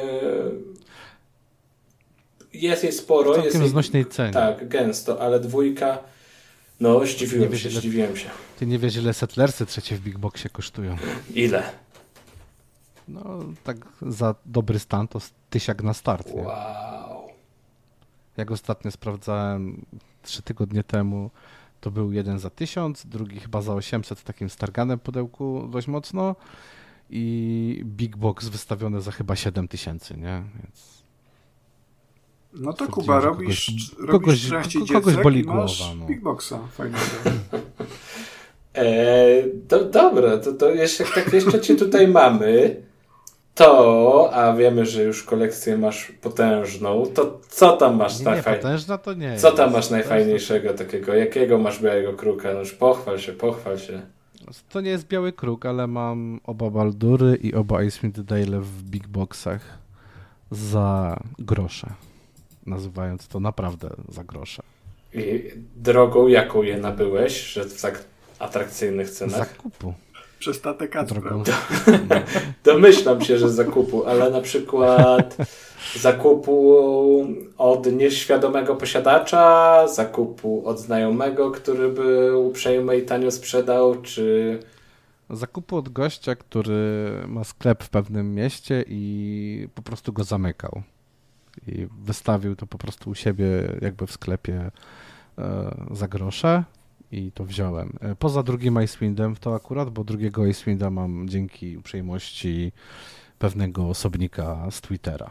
Jest jej sporo. W całkiem znośnej cenie. Tak, gęsto, ale dwójka, zdziwiłem się. Ty nie wiesz, ile Settlersy trzecie w Big Boxie kosztują. Ile? No, tak za dobry stan to 1000 na start. Nie? Wow. Jak ostatnio sprawdzałem 3 tygodnie temu, to był jeden za 1000, drugi chyba za 800 w takim starganem pudełku dość mocno i Big Box wystawione za chyba 7000, nie? Więc no to Kuba, robisz kogoś boli głowa. No. Big Boxa fajnego. Dobra, to jeszcze cię tutaj mamy, a wiemy, że już kolekcję masz potężną, to co tam masz potężna to nie Co tam masz najfajniejszego takiego? Jakiego masz białego kruka? No już pochwal się. To nie jest biały kruk, ale mam oba Baldury i oba Icewind Dale w big boxach za grosze. Nazywając to naprawdę za grosze. I drogą jaką je nabyłeś, że w tak atrakcyjnych cenach? Zakupu. Przez tatę Kacpra. Domyślam się, że zakupu, ale na przykład zakupu od nieświadomego posiadacza, zakupu od znajomego, który by uprzejmie i tanio sprzedał, czy... Zakupu od gościa, który ma sklep w pewnym mieście i po prostu go zamykał. I wystawił to po prostu u siebie jakby w sklepie za grosze i to wziąłem. Poza drugim Icewindem to akurat, bo drugiego Icewinda mam dzięki uprzejmości pewnego osobnika z Twittera.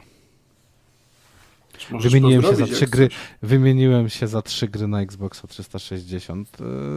Wymieniłem się za 3 gry na Xboxa 360.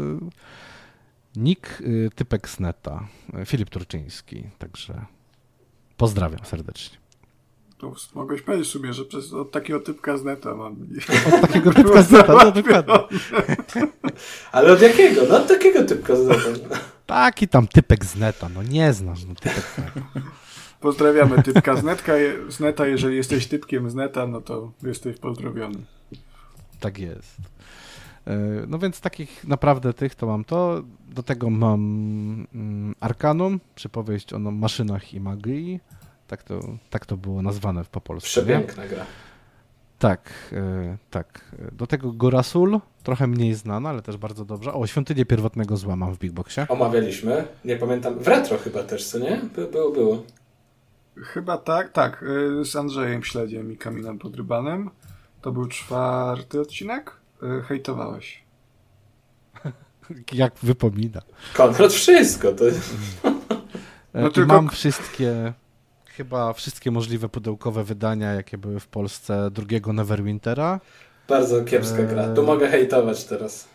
Nick typek z neta, Filip Turczyński, także pozdrawiam serdecznie. To mogłeś powiedzieć sobie, że od takiego typka z neta mam. Od takiego typka z neta, no dokładnie. Ale od jakiego? No od takiego typka z neta. Taki tam typek z neta, no nie znasz, no typek z neta. Pozdrawiamy typka z neta, jeżeli jesteś typkiem z neta, no to jesteś pozdrowiony. Tak jest. No więc takich naprawdę to mam to. Do tego mam Arcanum, przypowieść o maszynach i magii. Tak to było nazwane po polsku. Przepiękna gra. Tak. Do tego Gorasul, trochę mniej znana, ale też bardzo dobrze. O, Świątynię Pierwotnego Zła mam w Big Boxie. Omawialiśmy, nie pamiętam, w retro chyba też, co nie? Było. Chyba tak, z Andrzejem Śledziem i Kamilem Podrybanem. To był 4. odcinek. Hejtowałeś. Jak wypomina. Konrad, wszystko. To... No tylko... Mam chyba wszystkie możliwe pudełkowe wydania, jakie były w Polsce drugiego Neverwintera. Bardzo kiepska gra. Tu mogę hejtować teraz.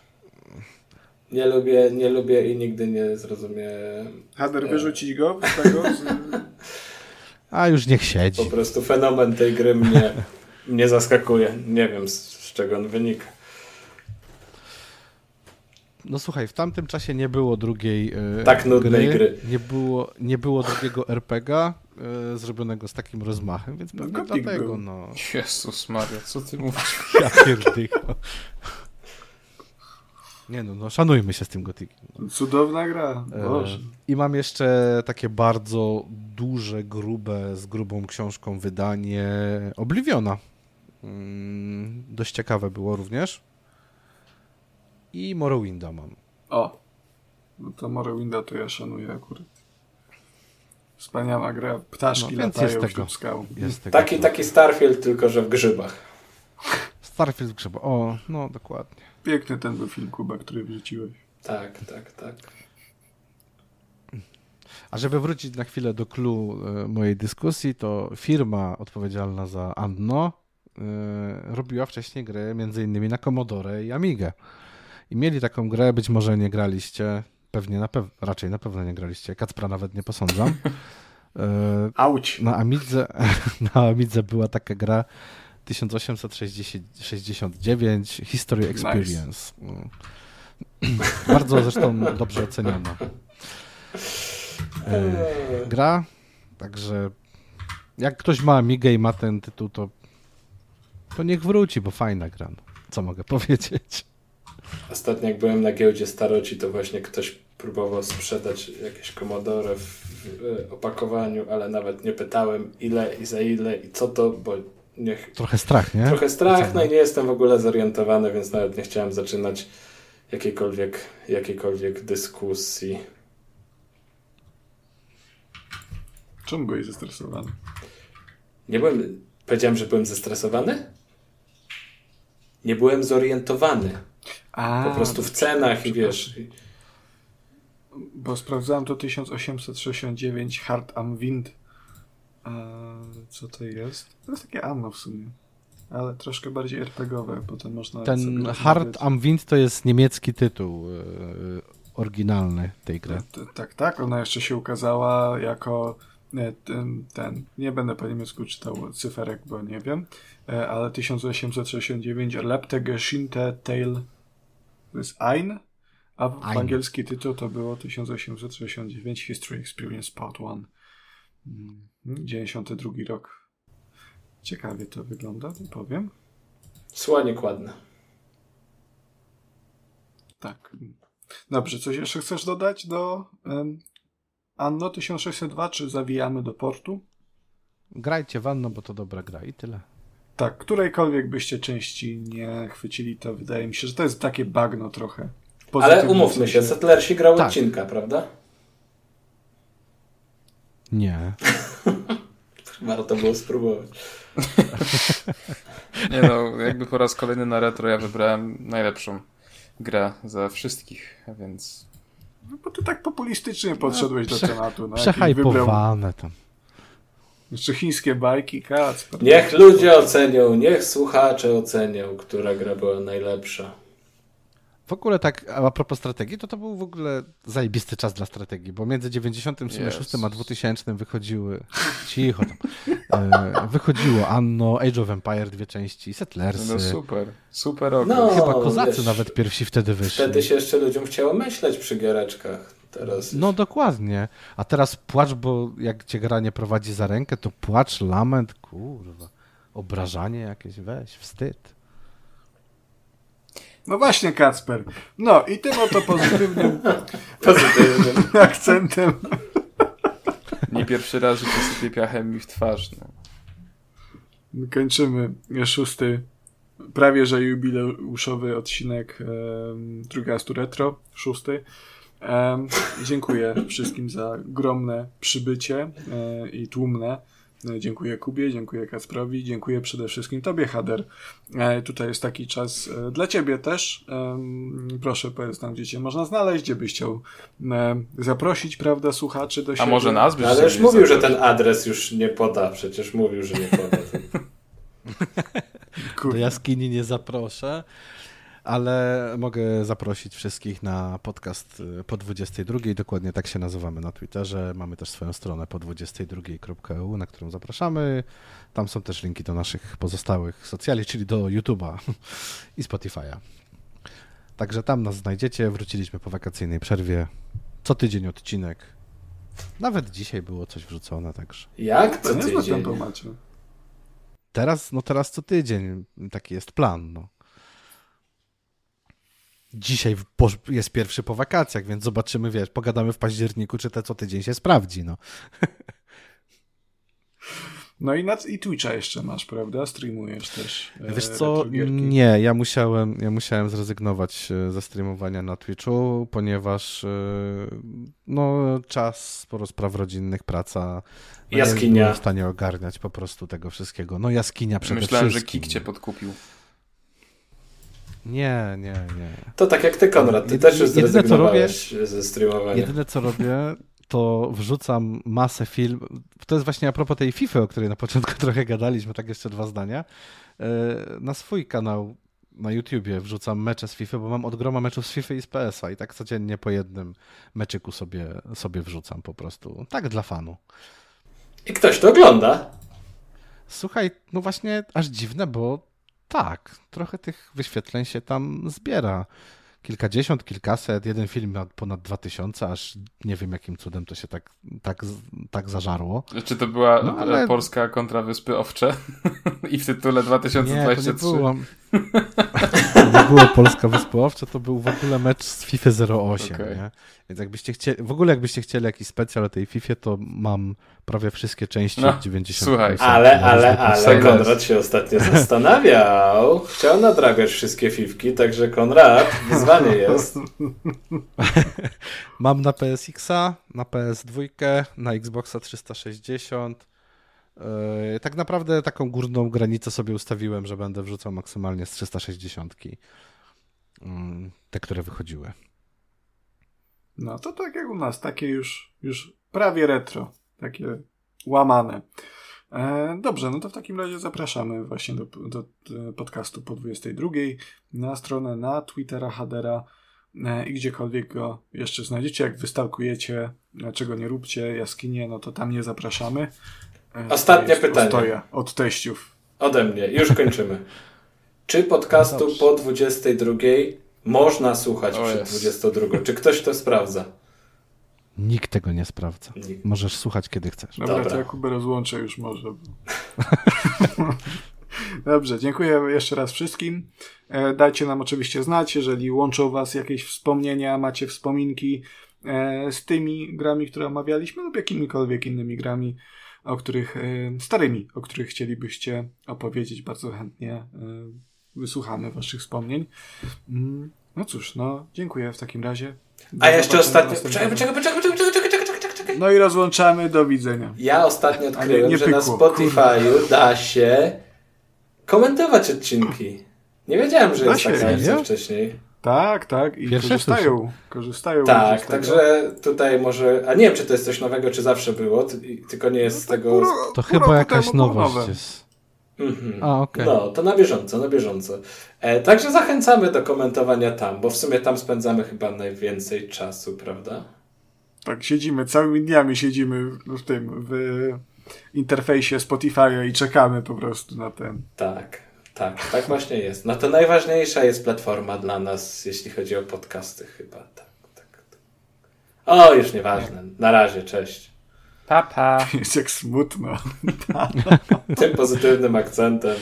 Nie lubię i nigdy nie zrozumiem. Hader, wyrzucić go z tego? A już niech siedzi. Po prostu fenomen tej gry mnie zaskakuje. Nie wiem, z czego on wynika. No słuchaj, w tamtym czasie nie było drugiej tak nudnej gry. Nie było drugiego RPG zrobionego z takim rozmachem, więc pewnie dlatego, był. No. Jezus Maria, co ty mówisz? Ja pierdycho. Nie no, szanujmy się z tym Gothikiem. Cudowna gra. Boże. I mam jeszcze takie bardzo duże, z grubą książką wydanie Obliviona. Dość ciekawe było również. I Morrowinda mam. O, no to Morrowinda to ja szanuję akurat. Wspaniała gra. Ptaszki latają wśród skał. Taki Starfield, tylko że w grzybach. Starfield w grzybach. O, no dokładnie. Piękny ten był film, Kuba, który wrzuciłeś. Tak. A żeby wrócić na chwilę do clou mojej dyskusji, to firma odpowiedzialna za Anno robiła wcześniej gry m.in. na Commodore i Amigę. I mieli taką grę, być może nie graliście, raczej na pewno nie graliście, Kacpra nawet nie posądzam. Auć! Na Amidze była taka gra 1869 History Experience. Nice. Bardzo zresztą dobrze oceniona. Gra, także jak ktoś ma Amigę i ma ten tytuł, to niech wróci, bo fajna gra. Co mogę powiedzieć? Ostatnio jak byłem na giełdzie Staroci, to właśnie ktoś próbował sprzedać jakieś Commodore w opakowaniu, ale nawet nie pytałem ile i za ile i co to, bo Trochę strach, nie? Trochę strach, no i nie jestem w ogóle zorientowany, więc nawet nie chciałem zaczynać jakiejkolwiek dyskusji. Czemu byłeś zestresowany? Powiedziałem, że byłem zestresowany? Nie byłem zorientowany. Po prostu w cenach i wiesz. Bo sprawdzałem to 1869 Hard Am Wind. Co to jest? To jest takie Anno w sumie. Ale troszkę bardziej RPGowe. Potem można ten Hard Am Wind to jest niemiecki tytuł oryginalny tej gry. Tak. Ona jeszcze się ukazała jako nie będę po niemiecku czytał cyferek, bo nie wiem, ale 1869 Erlebte Geschichte Teil to jest Ein, a angielski tytuł to było 1869 History Experience Part 1. 92 rok. Ciekawie to wygląda, nie powiem. Słonik ładny. Tak. Dobrze, coś jeszcze chcesz dodać do Anno 1602, czy zawijamy do portu? Grajcie w Anno, bo to dobra gra i tyle. Tak, którejkolwiek byście części nie chwycili, to wydaje mi się, że to jest takie bagno trochę. Ale umówmy się, Settlersi grał tak. odcinka, prawda? Nie. Warto było spróbować. Nie no, jakby po raz kolejny na retro ja wybrałem najlepszą grę ze wszystkich, więc... No bo ty tak populistycznie podszedłeś do tematu. No, Przehajpowane tam. Jeszcze chińskie bajki, Kacper. Niech ludzie ocenią, niech słuchacze ocenią, która gra była najlepsza. W ogóle tak, a propos strategii, to był w ogóle zajebisty czas dla strategii, bo między 96 a 2000 wychodziły, cicho tam, wychodziło Anno, Age of Empire 2 części, Settlersy. No super okres. No, Chyba Kozacy wiesz, nawet pierwsi wtedy wyszli. Wtedy się jeszcze ludziom chciało myśleć przy giereczkach. Teraz No dokładnie. A teraz płacz, bo jak cię gra nie prowadzi za rękę, to płacz, lament, kurwa. Obrażanie jakieś, weź, wstyd. No właśnie, Kacper. No i tym oto pozytywnym akcentem Nie pierwszy raz życie sypie piachem mi w twarz. No. kończymy 6. prawie że jubileuszowy odcinek Trójkastu Retro, 6. Dziękuję wszystkim za ogromne przybycie i tłumne. Dziękuję Kubie, dziękuję Kacprowi, dziękuję przede wszystkim Tobie, Hader. Tutaj jest taki czas dla Ciebie też. Proszę, powiedz nam, gdzie Cię można znaleźć, gdzie byś chciał zaprosić, słuchaczy do siebie. A może nas byś Ale już mówił, że ten adres już nie poda. Przecież mówił, że nie poda. Do jaskini nie zaproszę, ale mogę zaprosić wszystkich na podcast po 22. Dokładnie tak się nazywamy na Twitterze. Mamy też swoją stronę po 22.eu, na którą zapraszamy. Tam są też linki do naszych pozostałych socjali, czyli do YouTube'a i Spotify'a. Także tam nas znajdziecie. Wróciliśmy po wakacyjnej przerwie. Co tydzień odcinek. Nawet dzisiaj było coś wrzucone, także. Jak? Co To niezłe tydzień? tempo macie. Teraz co tydzień. Taki jest plan, no. Dzisiaj jest pierwszy po wakacjach, więc zobaczymy, wiesz, pogadamy w październiku, czy te co tydzień się sprawdzi, no. No i Twitcha jeszcze masz, prawda? Streamujesz też. Wiesz co, retrogierki. nie, ja musiałem zrezygnować ze streamowania na Twitchu, ponieważ no czas, sporo spraw rodzinnych, praca. Jaskinia. Nie byłem w stanie ogarniać po prostu tego wszystkiego. No jaskinia przede Myślałem, że wszystkim. Kik cię podkupił. Nie. To tak jak ty, Konrad. Ty też już zrezygnowałeś ze streamowania. Jedyne co robię, to wrzucam masę film. To jest właśnie a propos tej FIFA, o której na początku trochę gadaliśmy, tak jeszcze 2 zdania. Na swój kanał na YouTubie wrzucam mecze z FIFA, bo mam od groma meczów z FIFA i z PS-a i tak codziennie po jednym meczyku sobie wrzucam po prostu. Tak dla fanu. I ktoś to ogląda. Słuchaj, no właśnie aż dziwne, bo tak, trochę tych wyświetleń się tam zbiera. Kilkadziesiąt, kilkaset, jeden film ma ponad 2000, aż nie wiem jakim cudem to się tak zażarło. Czy to była No, ale... Polska kontra Wyspy Owcze? I w tytule 2023? Nie było Polska Wyspy Owcze, to był w ogóle mecz z FIFA 08, Okay. nie? Więc jakbyście chcieli jakiś specjal o tej FIFA, to mam prawie wszystkie części od 90. Słuchaj. Ale Konrad się ostatnio zastanawiał. Chciał nadrabiać wszystkie fifki, także Konrad, wyzwanie jest. Mam na PSX-a, na PS2, na Xboxa 360. Tak naprawdę taką górną granicę sobie ustawiłem, że będę wrzucał maksymalnie z 360. Te, które wychodziły. No to tak jak u nas, takie już prawie retro, takie łamane. Dobrze, no to w takim razie zapraszamy właśnie do podcastu po 22 na stronę, na Twittera Hadera i gdziekolwiek go jeszcze znajdziecie. Jak wystalkujecie, czego nie róbcie, jaskinie, no to tam nie zapraszamy. Ostatnie pytanie. Ostoja od teściów. Ode mnie. Już kończymy. Czy podcastu po 22 można słuchać przed 22? Czy ktoś to sprawdza? Nikt tego nie sprawdza. Nikt. Możesz słuchać, kiedy chcesz. Dobra, to Jakubę rozłączę już może. Dobrze, dziękuję jeszcze raz wszystkim. Dajcie nam oczywiście znać, jeżeli łączą was jakieś wspomnienia, macie wspominki z tymi grami, które omawialiśmy, lub jakimikolwiek innymi grami, starymi, o których chcielibyście opowiedzieć. Bardzo chętnie wysłuchamy waszych wspomnień. No cóż, dziękuję w takim razie. A jeszcze ostatnio... Czekaj. No i rozłączamy, do widzenia. Ja ostatnio odkryłem, że na pykło, Spotify'u da się komentować odcinki. Nie wiedziałem, że jest taka opcja wcześniej. Tak. I korzystają. Tak, także tutaj może... A nie wiem, czy to jest coś nowego, czy zawsze było, tylko nie jest z tego... To chyba jakaś nowość jest. Okay. No, to na bieżąco. Także zachęcamy do komentowania tam, bo w sumie tam spędzamy chyba najwięcej czasu, prawda? Tak, całymi dniami siedzimy w interfejsie Spotify'a i czekamy po prostu na ten. Tak właśnie jest. No to najważniejsza jest platforma dla nas, jeśli chodzi o podcasty chyba. Tak. O, już nieważne. Na razie, cześć. Pa. Jest jak smutno. Tym pozytywnym akcentem.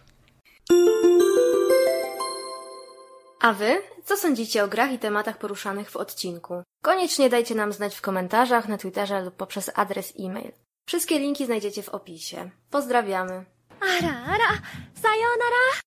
A wy? Co sądzicie o grach i tematach poruszanych w odcinku? Koniecznie dajcie nam znać w komentarzach, na Twitterze lub poprzez adres e-mail. Wszystkie linki znajdziecie w opisie. Pozdrawiamy. Ara, sayonara!